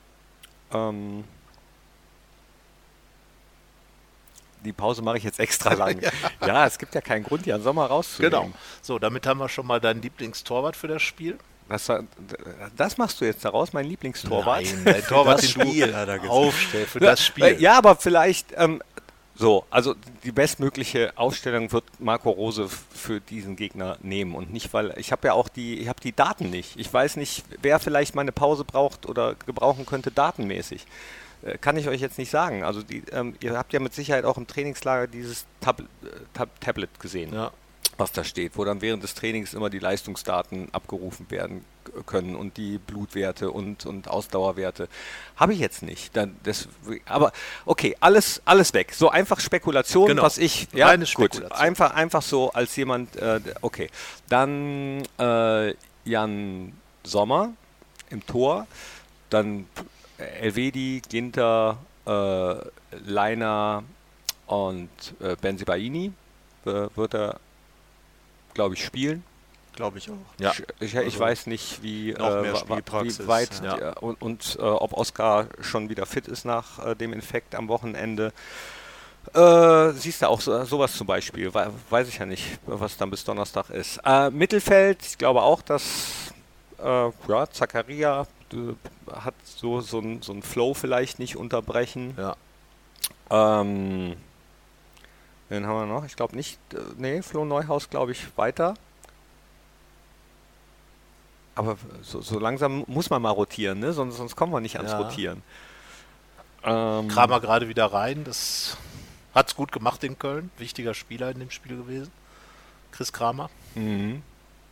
Die Pause mache ich jetzt extra lang. Ja, es gibt ja keinen Grund, Jan Sommer rauszunehmen. Genau. So, damit haben wir schon mal deinen Lieblingstorwart für das Spiel. Das machst du jetzt daraus, mein Lieblingstorwart? Nein, dein Torwart, Das den du Spiel, hat er gesagt. aufstellst für das Spiel. Ja, aber vielleicht, so, also die bestmögliche Aufstellung wird Marco Rose für diesen Gegner nehmen und nicht, weil ich habe ja auch ich habe die Daten nicht. Ich weiß nicht, wer vielleicht mal eine Pause braucht oder gebrauchen könnte datenmäßig. Kann ich euch jetzt nicht sagen. Also ihr habt ja mit Sicherheit auch im Trainingslager dieses Tablet gesehen. Ja. Was da steht, wo dann während des Trainings immer die Leistungsdaten abgerufen werden können und die Blutwerte und Ausdauerwerte. Habe ich jetzt nicht. Aber okay, alles weg. So einfach Spekulation, Genau. was ich. Reine gut. Spekulation. Einfach so als jemand. Okay. Dann Jan Sommer im Tor. Dann Elvedi, Ginter, Leiner und Bensebaini wird er, glaube ich, spielen. Glaube ich auch. Ja. Ich Also weiß nicht, wie, noch mehr wie Spielpraxis, weit ja. und ob Oskar schon wieder fit ist nach dem Infekt am Wochenende. Siehst du auch sowas zum Beispiel. Weiß ich ja nicht, was dann bis Donnerstag ist. Mittelfeld, ich glaube auch, dass Zakaria hat so einen Flow vielleicht nicht unterbrechen. Ja. Wen haben wir noch? Ich glaube nicht. Flo Neuhaus, glaube ich, weiter. aber so langsam muss man mal rotieren, ne? Sonst kommen wir nicht ans Rotieren. Kramer gerade wieder rein, das hat's gut gemacht in Köln. Wichtiger Spieler in dem Spiel gewesen. Chris Kramer. Mhm.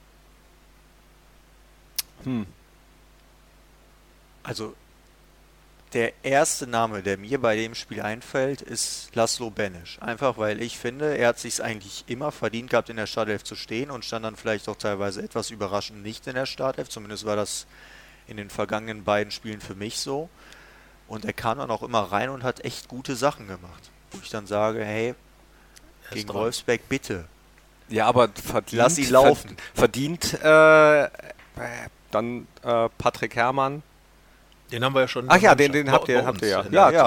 Also der erste Name, der mir bei dem Spiel einfällt, ist Laszlo Benesch. Einfach weil ich finde, er hat sich eigentlich immer verdient gehabt, in der Startelf zu stehen und stand dann vielleicht auch teilweise etwas überraschend nicht in der Startelf. Zumindest war das in den vergangenen beiden Spielen für mich so. Und er kam dann auch immer rein und hat echt gute Sachen gemacht. Wo ich dann sage, hey, gegen Wolfsberg bitte. Ja, aber verdient, Lass ihn laufen. Verdient dann Patrick Herrmann. Den haben wir ja schon. Ach ja, den habt ihr ja.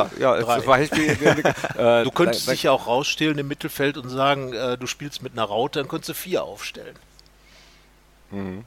Du könntest dich ja auch rausstehlen im Mittelfeld und sagen, du spielst mit einer Raute, dann könntest du 4 aufstellen. Mhm.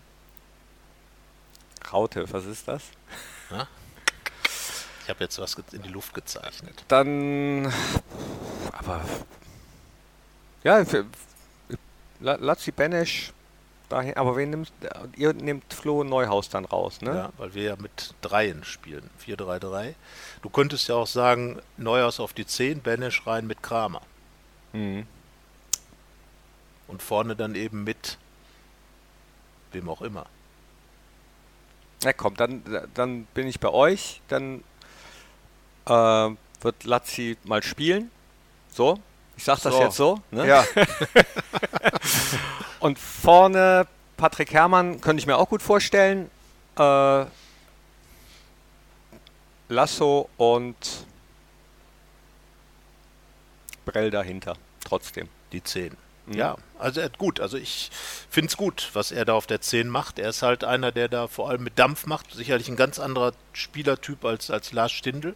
Raute, was ist das? Ja? Ich habe jetzt was in die Luft gezeichnet. Dann, aber ja, Lazzi Benesch dahin, aber ihr nehmt Flo Neuhaus dann raus, ne? Ja, weil wir ja mit 3 spielen, 4-3-3. Du könntest ja auch sagen, Neuhaus auf die 10, Benesch rein mit Kramer. Mhm. Und vorne dann eben mit wem auch immer. Na komm, dann bin ich bei euch, dann wird Lazzi mal spielen. So, ich sag das jetzt so. Ne? Ja. Und vorne Patrick Herrmann könnte ich mir auch gut vorstellen. Lasso und Brell dahinter, trotzdem. Die 10. Ja, also gut, also ich finde es gut, was er da auf der 10 macht. Er ist halt einer, der da vor allem mit Dampf macht. Sicherlich ein ganz anderer Spielertyp als Lars Stindl.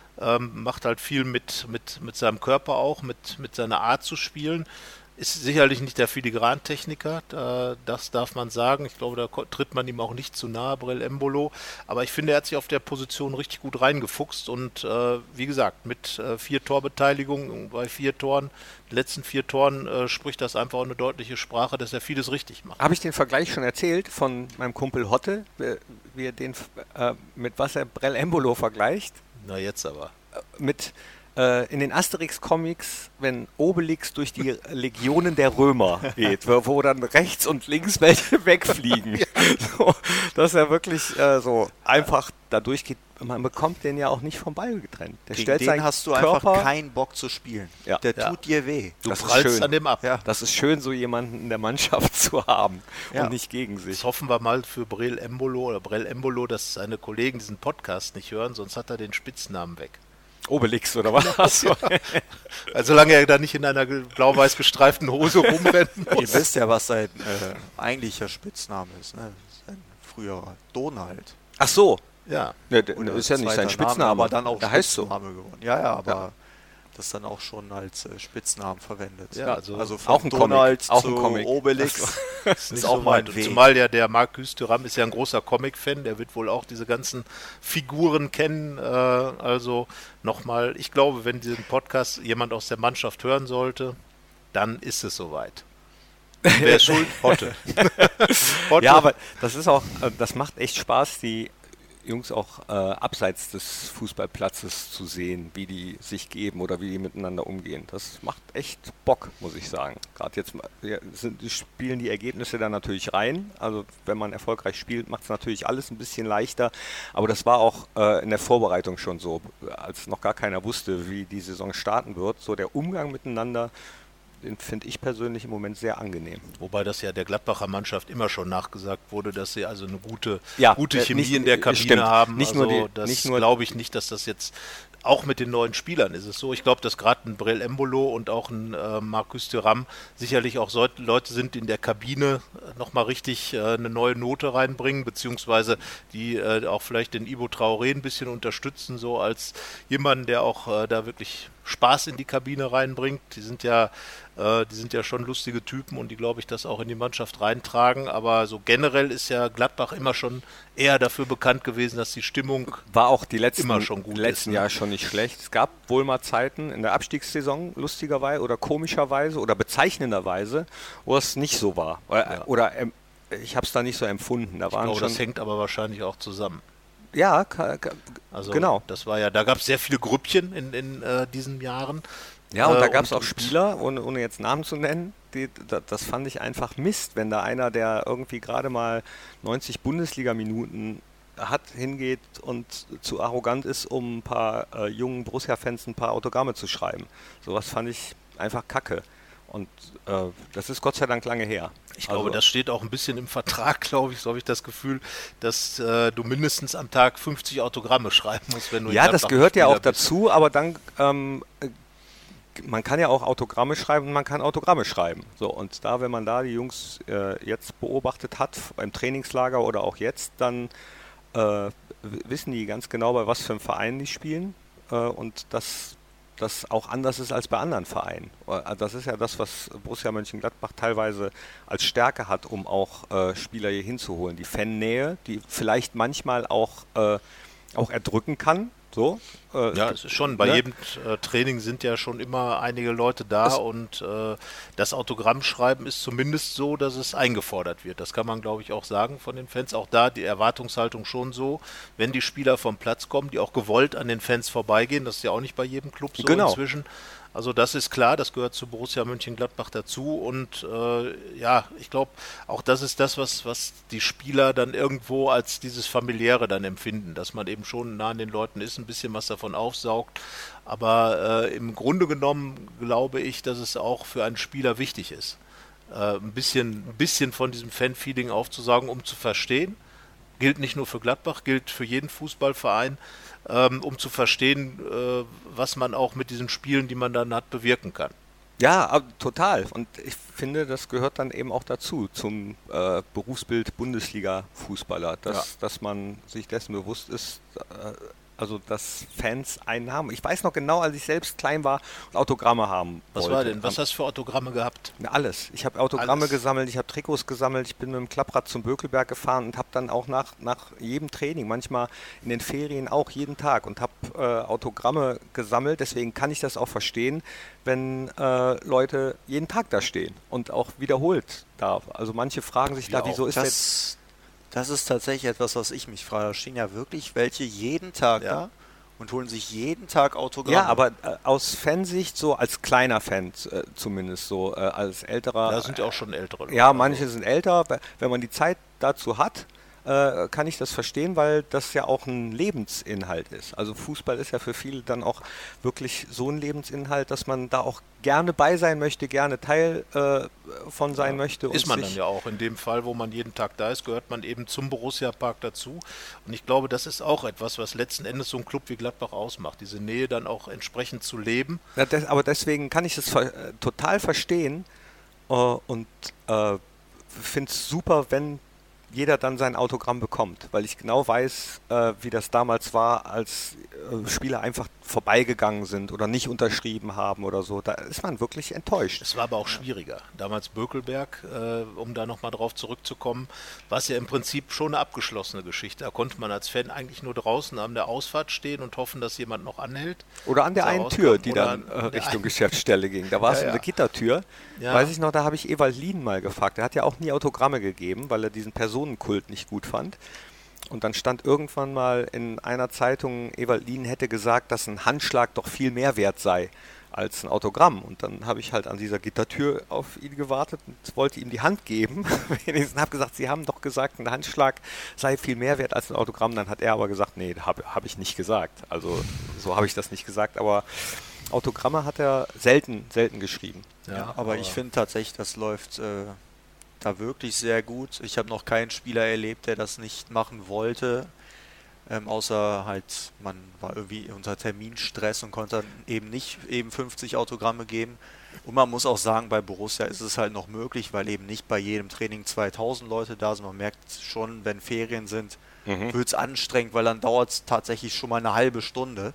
Macht halt viel mit seinem Körper auch, mit seiner Art zu spielen. Ist sicherlich nicht der Filigrantechniker, das darf man sagen. Ich glaube, da tritt man ihm auch nicht zu nahe, Brell Embolo. Aber ich finde, er hat sich auf der Position richtig gut reingefuchst. Und wie gesagt, mit 4 Torbeteiligungen bei 4 Toren, den letzten 4 Toren, spricht das einfach auch eine deutliche Sprache, dass er vieles richtig macht. Habe ich den Vergleich schon erzählt von meinem Kumpel Hotte, wie er den mit was er Brell Embolo vergleicht? Na jetzt aber. Mit in den Asterix-Comics, wenn Obelix durch die Legionen der Römer geht, wo dann rechts und links welche wegfliegen. Ja. So, dass er wirklich so einfach da durchgeht. Man bekommt den ja auch nicht vom Ball getrennt. Der Gegen stellt den hast du Körper, einfach keinen Bock zu spielen. Ja. Der tut dir weh. Du das prallst an dem ab. Ja. Das ist schön, so jemanden in der Mannschaft zu haben Ja. und nicht gegen sich. Jetzt hoffen wir mal für Brell Embolo, dass seine Kollegen diesen Podcast nicht hören, sonst hat er den Spitznamen weg. Obelix oder was? Also, solange er da nicht in einer blau-weiß gestreiften Hose rumrennen muss. Ihr wisst ja, was sein eigentlicher Spitzname ist. Ne? Sein früherer Donald. Ach so. Ja. Ja, Oder ist ja nicht sein zweiter Spitzname, Name, aber dann auch der heißt so. Spitzname geworden. Ja, aber das dann auch schon als Spitznamen verwendet. Ja, also von auch ein Donald Comic, auch zu ein Comic. Obelix Ist ist auch mal ein Weg. Zumal ja der Marc Thuram ist ja ein großer Comic-Fan, der wird wohl auch diese ganzen Figuren kennen. Also nochmal, ich glaube, wenn diesen Podcast jemand aus der Mannschaft hören sollte, dann ist es soweit. Wer ist schuld? Hotte. Hotte. Ja, aber das ist auch, das macht echt Spaß, die Jungs auch abseits des Fußballplatzes zu sehen, wie die sich geben oder wie die miteinander umgehen. Das macht echt Bock, muss ich sagen. Gerade jetzt spielen die Ergebnisse da natürlich rein. Also wenn man erfolgreich spielt, macht es natürlich alles ein bisschen leichter. Aber das war auch in der Vorbereitung schon so, als noch gar keiner wusste, wie die Saison starten wird. So der Umgang miteinander, den finde ich persönlich im Moment sehr angenehm. Wobei das ja der Gladbacher Mannschaft immer schon nachgesagt wurde, dass sie also eine gute Chemie nicht, in der Kabine stimmt. haben. Nicht also nur das glaube ich nicht, dass das jetzt auch mit den neuen Spielern ist es so. Ich glaube, dass gerade ein Brell Embolo und auch ein Marcus Thuram sicherlich auch Leute sind, die in der Kabine nochmal richtig eine neue Note reinbringen, beziehungsweise die auch vielleicht den Ibo Traoré ein bisschen unterstützen, so als jemanden, der auch da wirklich Spaß in die Kabine reinbringt. Die sind ja schon lustige Typen und die, glaube ich, das auch in die Mannschaft reintragen. Aber so generell ist ja Gladbach immer schon eher dafür bekannt gewesen, dass die Stimmung war auch die letzten Jahr schon nicht schlecht. Es gab wohl mal Zeiten in der Abstiegssaison, lustigerweise oder komischerweise oder bezeichnenderweise, wo es nicht so war. Oder ich habe es da nicht so empfunden. Da waren glaube, schon, das hängt aber wahrscheinlich auch zusammen. ja, Also genau. das war ja, da gab es sehr viele Grüppchen in diesen Jahren. Ja, und da gab es und- auch Spieler, ohne jetzt Namen zu nennen, das fand ich einfach Mist, wenn da einer, der irgendwie gerade mal 90 Bundesliga-Minuten hat, hingeht und zu arrogant ist, um ein paar jungen Borussia-Fans ein paar Autogramme zu schreiben. Sowas fand ich einfach kacke. Und das ist Gott sei Dank lange her. Ich glaube, Also- das steht auch ein bisschen im Vertrag, glaube ich, so habe ich das Gefühl, dass du mindestens am Tag 50 Autogramme schreiben musst, wenn du in Ja, das Gladbach gehört ja Spieler auch bist. dazu, aber dann, man kann ja auch Autogramme schreiben und man kann Autogramme schreiben. So, und da, wenn man da die Jungs jetzt beobachtet hat, beim Trainingslager oder auch jetzt, dann wissen die ganz genau, bei was für einem Verein die spielen und dass das auch anders ist als bei anderen Vereinen. Das ist ja das, was Borussia Mönchengladbach teilweise als Stärke hat, um auch Spieler hier hinzuholen. Die Fannähe, die vielleicht manchmal auch erdrücken kann. So, Ja, es ist schon, bei ne? jedem Training sind ja schon immer einige Leute da und das Autogrammschreiben ist zumindest so, dass es eingefordert wird. Das kann man, glaube ich, auch sagen von den Fans. Auch da die Erwartungshaltung schon so, wenn die Spieler vom Platz kommen, die auch gewollt an den Fans vorbeigehen, das ist ja auch nicht bei jedem Club so Genau. inzwischen. Also das ist klar, das gehört zu Borussia Mönchengladbach dazu und ja, ich glaube, auch das ist das, was die Spieler dann irgendwo als dieses Familiäre dann empfinden, dass man eben schon nah an den Leuten ist, ein bisschen was davon aufsaugt, aber im Grunde genommen glaube ich, dass es auch für einen Spieler wichtig ist, ein bisschen von diesem Fan-Feeling aufzusaugen, um zu verstehen, gilt nicht nur für Gladbach, gilt für jeden Fußballverein, um zu verstehen, was man auch mit diesen Spielen, die man dann hat, bewirken kann. Ja, total. Und ich finde, das gehört dann eben auch dazu, zum Berufsbild Bundesliga-Fußballer, dass man sich dessen bewusst ist, also dass Fans einen haben. Ich weiß noch genau, als ich selbst klein war und Autogramme haben Was wollte. war denn? Was hast du für Autogramme gehabt? Na, alles. Ich habe Autogramme Alles. gesammelt, ich habe Trikots gesammelt, ich bin mit dem Klapprad zum Bökelberg gefahren und habe dann auch nach jedem Training, manchmal in den Ferien auch jeden Tag und habe Autogramme gesammelt. Deswegen kann ich das auch verstehen, wenn Leute jeden Tag da stehen und auch wiederholt da. Also manche fragen sich da, Wir wieso auch. ist jetzt... Das ist tatsächlich etwas, was ich mich frage. Da stehen ja wirklich welche jeden Tag Ja. da und holen sich jeden Tag Autogramme. Ja, aber aus Fansicht, so als kleiner Fan zumindest, so als älterer... Da sind ja auch schon ältere Leute. Ja, manche sind älter. Wenn man die Zeit dazu hat, kann ich das verstehen, weil das ja auch ein Lebensinhalt ist. Also Fußball ist ja für viele dann auch wirklich so ein Lebensinhalt, dass man da auch gerne bei sein möchte, gerne Teil von sein möchte. Ist man dann ja auch. In dem Fall, wo man jeden Tag da ist, gehört man eben zum Borussia-Park dazu. Und ich glaube, das ist auch etwas, was letzten Endes so ein Club wie Gladbach ausmacht. Diese Nähe dann auch entsprechend zu leben. Ja, aber deswegen kann ich es total verstehen und finde es super, wenn jeder dann sein Autogramm bekommt, weil ich genau weiß, wie das damals war, als Spieler einfach vorbeigegangen sind oder nicht unterschrieben haben oder so. Da ist man wirklich enttäuscht. Es war aber auch schwieriger. Damals Bökelberg, um da nochmal drauf zurückzukommen, war es ja im Prinzip schon eine abgeschlossene Geschichte. Da konnte man als Fan eigentlich nur draußen an der Ausfahrt stehen und hoffen, dass jemand noch anhält. Oder an der dass er einen Tür, rauskommt. die Oder dann an der Richtung einen- Geschäftsstelle ging. Da war es Ja, ja. eine Gittertür. Ja. Weiß ich noch, da habe ich Ewald Lien mal gefragt. Der hat ja auch nie Autogramme gegeben, weil er diesen Personenkult nicht gut fand. Und dann stand irgendwann mal in einer Zeitung, Ewald Lien hätte gesagt, dass ein Handschlag doch viel mehr wert sei als ein Autogramm. Und dann habe ich halt an dieser Gittertür auf ihn gewartet und wollte ihm die Hand geben. Und habe gesagt, Sie haben doch gesagt, ein Handschlag sei viel mehr wert als ein Autogramm. Dann hat er aber gesagt, nee, hab ich nicht gesagt. Also so habe ich das nicht gesagt, aber Autogramme hat er selten geschrieben. Ja, aber ich finde tatsächlich, das läuft da wirklich sehr gut. Ich habe noch keinen Spieler erlebt, der das nicht machen wollte. Außer halt, man war irgendwie unter Terminstress und konnte dann eben nicht eben 50 Autogramme geben. Und man muss auch sagen, bei Borussia ist es halt noch möglich, weil eben nicht bei jedem Training 2000 Leute da sind. Man merkt schon, wenn Ferien sind, wird es anstrengend, weil dann dauert es tatsächlich schon mal eine halbe Stunde.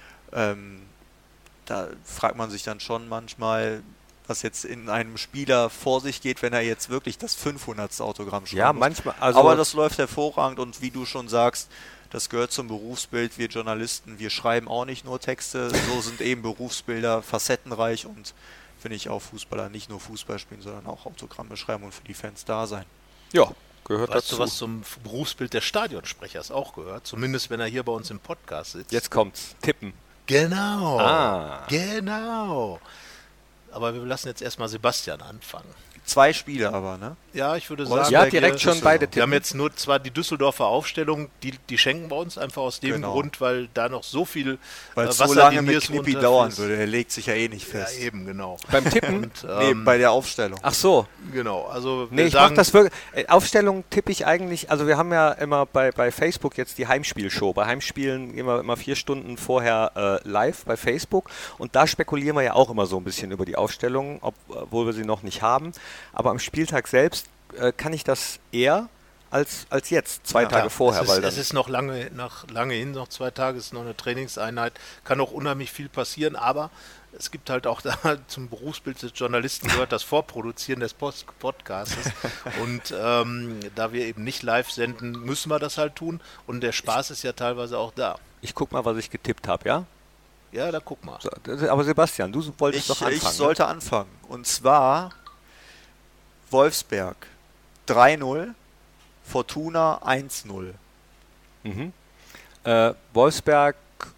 Da fragt man sich dann schon manchmal, was jetzt in einem Spieler vor sich geht, wenn er jetzt wirklich das 500. Autogramm schreibt. Ja, manchmal. Also Aber das läuft hervorragend und wie du schon sagst, das gehört zum Berufsbild. Wir Journalisten, wir schreiben auch nicht nur Texte, so sind eben Berufsbilder facettenreich und finde ich auch Fußballer nicht nur Fußball spielen, sondern auch Autogramme schreiben und für die Fans da sein. Ja, gehört Weißt dazu. du, was zum Berufsbild des Stadionsprechers auch gehört? Zumindest, wenn er hier bei uns im Podcast sitzt. Jetzt kommt's. Tippen. Genau. Ah. Genau. Aber wir lassen jetzt erstmal Sebastian anfangen. 2 Spiele aber, ne? Ja, ich würde Wolfsberg sagen, Ja, direkt schon Düsseldorf. beide wir tippen. haben jetzt nur zwar die Düsseldorfer Aufstellung, die schenken wir uns einfach aus dem Genau. Grund, weil da noch so viel Weil es Wasser so lange den mit Niers Knippi runterfließt. dauern würde. Er legt sich ja eh nicht Ja, fest. eben, genau. Beim Tippen? Und, Nee, bei der Aufstellung. Ach so. genau, also Nee, wir ich mach sagen, das wirklich. Aufstellung tippe ich eigentlich, also wir haben ja immer bei Facebook jetzt die Heimspielshow. Bei Heimspielen gehen wir immer 4 Stunden vorher live bei Facebook und da spekulieren wir ja auch immer so ein bisschen über die Aufstellung, obwohl wir sie noch nicht haben. Aber am Spieltag selbst kann ich das eher als jetzt, 2 Tage vorher. es ist noch lange hin, noch 2 Tage, es ist noch eine Trainingseinheit, kann auch unheimlich viel passieren, aber es gibt halt auch da zum Berufsbild des Journalisten gehört das Vorproduzieren des Podcasts und da wir eben nicht live senden, müssen wir das halt tun und der Spaß ist ja teilweise auch da. Ich guck mal, was ich getippt habe, ja? Ja, da guck mal. So, aber Sebastian, du wolltest doch anfangen. Ich sollte anfangen. Und zwar Wolfsberg 3-0, Fortuna 1-0. Mhm. Wolfsberg,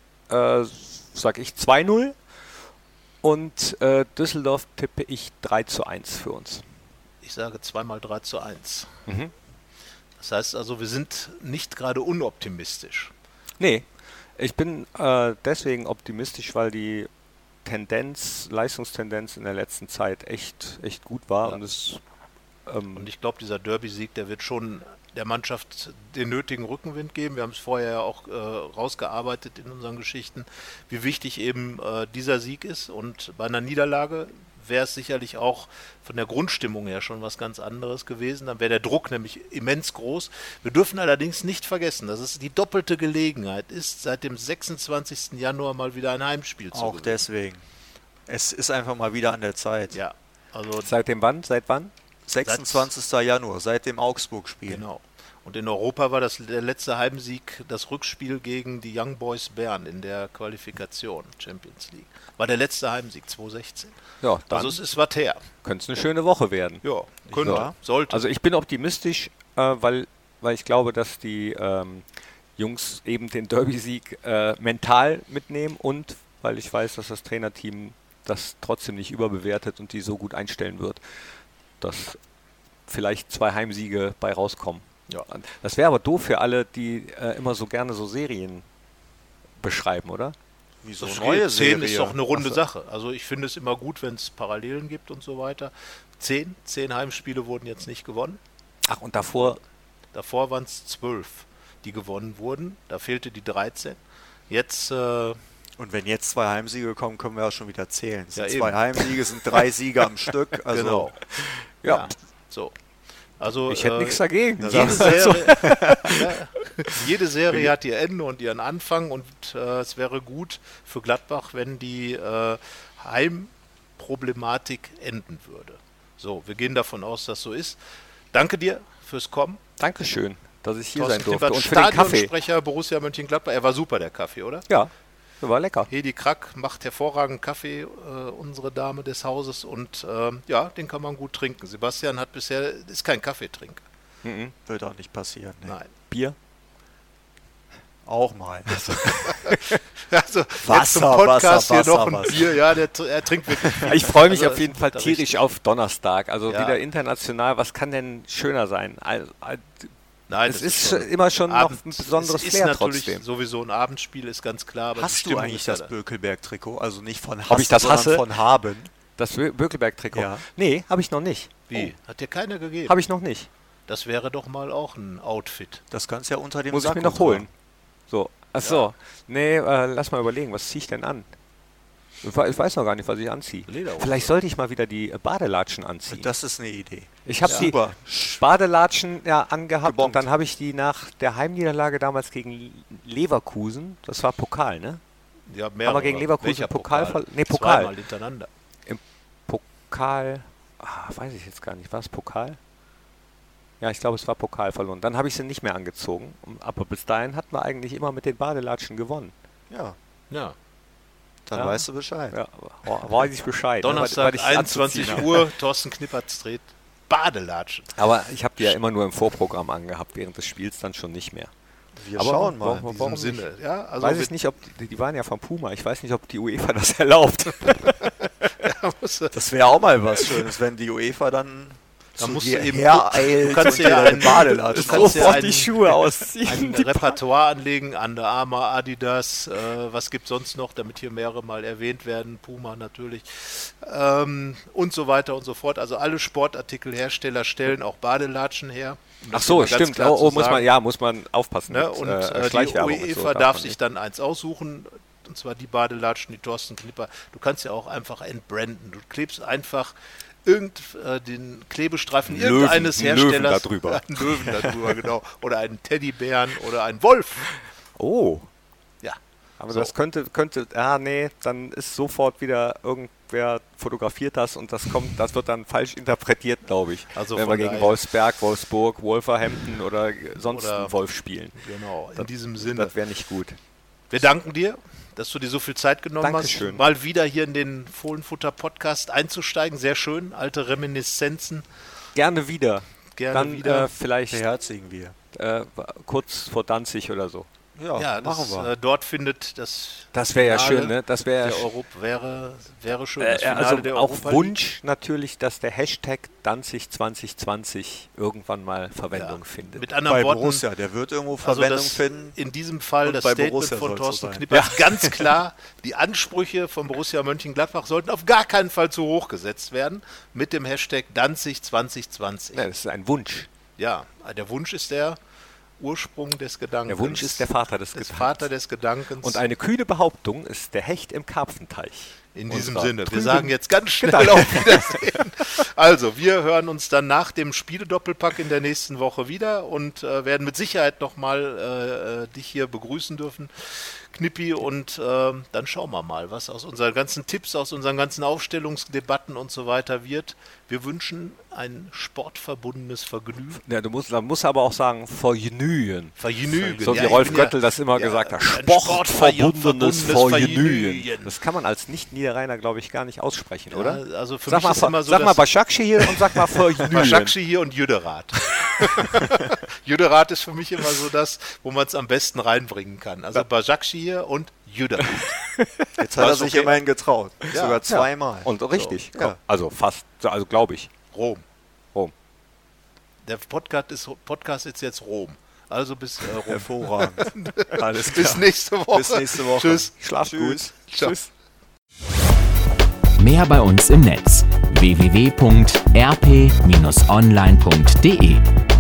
sag ich 2-0 und Düsseldorf tippe ich 3-1 für uns. Ich sage 2x3-1. Mhm. Das heißt also, wir sind nicht gerade unoptimistisch. Nee, ich bin deswegen optimistisch, weil die Leistungstendenz in der letzten Zeit echt gut war Ja. und es Und ich glaube, dieser Derby-Sieg, der wird schon der Mannschaft den nötigen Rückenwind geben. Wir haben es vorher ja auch rausgearbeitet in unseren Geschichten, wie wichtig eben dieser Sieg ist. Und bei einer Niederlage wäre es sicherlich auch von der Grundstimmung her schon was ganz anderes gewesen. Dann wäre der Druck nämlich immens groß. Wir dürfen allerdings nicht vergessen, dass es die doppelte Gelegenheit ist, seit dem 26. Januar mal wieder ein Heimspiel zu Auch gewinnen. deswegen. Es ist einfach mal wieder an der Zeit. Ja, also seit wann? 26. Januar, seit dem Augsburg-Spiel. genau. Und in Europa war das der letzte Heimsieg, das Rückspiel gegen die Young Boys Bern in der Qualifikation Champions League. War der letzte Heimsieg 2016. Ja, dann Also es ist was her. könnte es eine schöne Woche werden. Ja, könnte, Ja. sollte. Also ich bin optimistisch, weil ich glaube, dass die Jungs eben den Derby-Sieg mental mitnehmen und weil ich weiß, dass das Trainerteam das trotzdem nicht überbewertet und die so gut einstellen wird, dass vielleicht 2 Heimsiege bei rauskommen. Ja. Das wäre aber doof für alle, die immer so gerne so Serien beschreiben, oder? Wieso das neue 10 Serie? ist doch eine runde Ach so. Sache. Also ich finde es immer gut, wenn es Parallelen gibt und so weiter. 10 Heimspiele wurden jetzt nicht gewonnen. Ach, und davor, Davor waren es 12, die gewonnen wurden. Da fehlte die 13. Jetzt Und wenn jetzt 2 Heimsiege kommen, können wir auch schon wieder zählen. Es Ja, sind 2 eben. Heimsiege, sind 3 Siege am Stück. Also genau. ja, So. Also ich hätte nichts dagegen. Jede Serie, ja, jede Serie hat ihr Ende und ihren Anfang und es wäre gut für Gladbach, wenn die Heimproblematik enden würde. So, wir gehen davon aus, dass so ist. Danke dir fürs Kommen. Dankeschön, dass ich hier Thorsten sein durfte. Knippert, Und für den Kaffee. Stadionsprecher Borussia Mönchengladbach. Er war super, der Kaffee, oder? Ja, war lecker. Hedi Krack macht hervorragend Kaffee, unsere Dame des Hauses. Und ja, den kann man gut trinken. Sebastian ist kein Kaffeetrinker. Mhm. wird auch nicht passieren. Nee. Nein. Bier? Auch mal. Also Wasser, jetzt zum Podcast Wasser, hier noch ein Wasser. Bier. Ja, er trinkt wirklich. Ich freue mich Also, auf jeden Fall da tierisch richtig. auf Donnerstag. Also Ja. wieder international. Was kann denn schöner sein? Nein, Es das ist schon immer schon noch Abend- ein besonderes es ist Flair natürlich trotzdem. sowieso ein Abendspiel, ist ganz klar. Aber die Hast du Stimmung eigentlich ist ja das da. Bökelberg-Trikot? Also nicht von Ob ich das sondern hasse? von haben. Das Bökelberg-Trikot? Ja. Nee, habe ich noch nicht. Wie? Hat dir keiner gegeben? Habe ich noch nicht. Das wäre doch mal auch ein Outfit. Das kannst du ja unter dem Muss ich Sakko mir noch holen. tragen. So. Achso. Nee, lass mal überlegen, was ziehe ich denn an? Ich weiß noch gar nicht, was ich anziehe. Lederhose. Vielleicht sollte ich mal wieder die Badelatschen anziehen. Das ist eine Idee. Ich habe die Super. Badelatschen ja angehabt Gebombt. und dann habe ich die nach der Heimniederlage damals gegen Leverkusen, das war Pokal, ne? Ja, Haben wir gegen Leverkusen Welcher Pokal nee, Pokal. Zweimal hintereinander. Pokal, weiß ich jetzt gar nicht, war es Pokal? Ja, ich glaube, es war Pokal verloren. Dann habe ich sie nicht mehr angezogen. Aber bis dahin hatten wir eigentlich immer mit den Badelatschen gewonnen. Ja, Ja. dann Ja. weißt du Bescheid. Ja, weiß ich Bescheid. ne, Donnerstag, was ich 21 anzuziehen habe. Uhr, Thorsten Knippert dreht Badelatschen. Aber ich habe die ja immer nur im Vorprogramm angehabt, während des Spiels dann schon nicht mehr. Wir schauen mal. In diesem Sinne. Ja, also Weiß ich nicht, ob die waren ja von Puma. Ich weiß nicht, ob die UEFA das erlaubt. Das wäre auch mal was Schönes, wenn die UEFA dann musst du eben hereilt du kannst und ja dir einen Badelatschen. du kannst ja Sofort einen- die Schuhe ausziehen. ein Repertoire anlegen, Under Armour, Adidas, was gibt sonst noch, damit hier mehrere mal erwähnt werden, Puma natürlich, und so weiter und so fort. Also alle Sportartikelhersteller stellen auch Badelatschen her. Um das Ach so, mal ganz stimmt. klar zu muss sagen. muss man aufpassen. Ne? mit, Und die Schleichwerbung und UEFA so darf man sich nicht. dann eins aussuchen, und zwar die Badelatschen, die Thorsten Knipper. Du kannst ja auch einfach entbranden. Du klebst einfach den Klebestreifen Löwen, irgendeines einen Löwen Herstellers. da drüber. Einen Löwen darüber, genau. Oder einen Teddybären oder einen Wolf. Oh. Ja. Aber So. das könnte, nee, dann ist sofort wieder irgendwer fotografiert das und das wird dann falsch interpretiert, glaube ich. Also wenn von wir gegen daher- Wolfsberg, Wolfsburg, Wolverhampton oder sonst Oder- einen Wolf spielen. Genau, in diesem Sinne. Das wäre nicht gut. Wir danken dir, dass du dir so viel Zeit genommen Dankeschön. hast, mal wieder hier in den Fohlenfutter-Podcast einzusteigen. Sehr schön, alte Reminiszenzen. Gerne wieder. Gerne Dann wieder. vielleicht Beherzigen wir. kurz vor Danzig oder so. Ja, machen das, wir. Dort findet das Das wäre ja Finale schön, ne? Das wäre der Europa wäre schön. Das Finale also der auch Europa Wunsch natürlich, dass der Hashtag Danzig 2020 irgendwann mal Verwendung League. findet. Mit anderen Bei Worten, Borussia, der wird irgendwo also Verwendung das, finden. in diesem Fall Und das bei Statement Borussia von soll's so Thorsten sein. Knipper ist ganz klar, die Ansprüche von Borussia Mönchengladbach sollten auf gar keinen Fall zu hoch gesetzt werden mit dem Hashtag Danzig 2020. Ja, das ist ein Wunsch. Ja, der Wunsch ist der Ursprung des Gedankens. Der Wunsch ist der Vater des Des Gedankens. Vater des Gedankens. Und eine kühne Behauptung ist der Hecht im Karpfenteich. In diesem Unser Sinne. Wir trüben sagen jetzt ganz schnell auf Wiedersehen. Also, wir hören uns dann nach dem Spiele-Doppelpack in der nächsten Woche wieder und werden mit Sicherheit nochmal dich hier begrüßen dürfen, Knippi. Und dann schauen wir mal, was aus unseren ganzen Tipps, aus unseren ganzen Aufstellungsdebatten und so weiter wird. Wir wünschen ein sportverbundenes Vergnügen. Ja, man muss aber auch sagen, Vergnügen. Vergnügen. So wie Ja, ich Rolf bin ja- Göttel das immer ja, gesagt hat. ein Sportverbundenes Vergnügen. Vergnügen. Das kann man als Nicht-Niederrheiner, glaube ich, gar nicht aussprechen, oder? Ja, also für Sag mich mal, ist immer so, sag mal dass Başakşehir hier und sag mal Vergnügen. Başakşehir hier und Jüderath. Jüderath ist für mich immer so das, wo man es am besten reinbringen kann. Also Başakşehir hier und Jüderath. Jetzt hat er Was, sich okay? immerhin getraut. Ja. Sogar zweimal. Und richtig. So, ja. Also fast, also glaube ich. Rom. Rom. Der Podcast ist jetzt Rom. Also bis Rom. Hervorragend. Alles klar. Bis nächste Woche. Bis nächste Woche. Tschüss. Schlaf gut. Ciao. Tschüss. Mehr bei uns im Netz: www.rp-online.de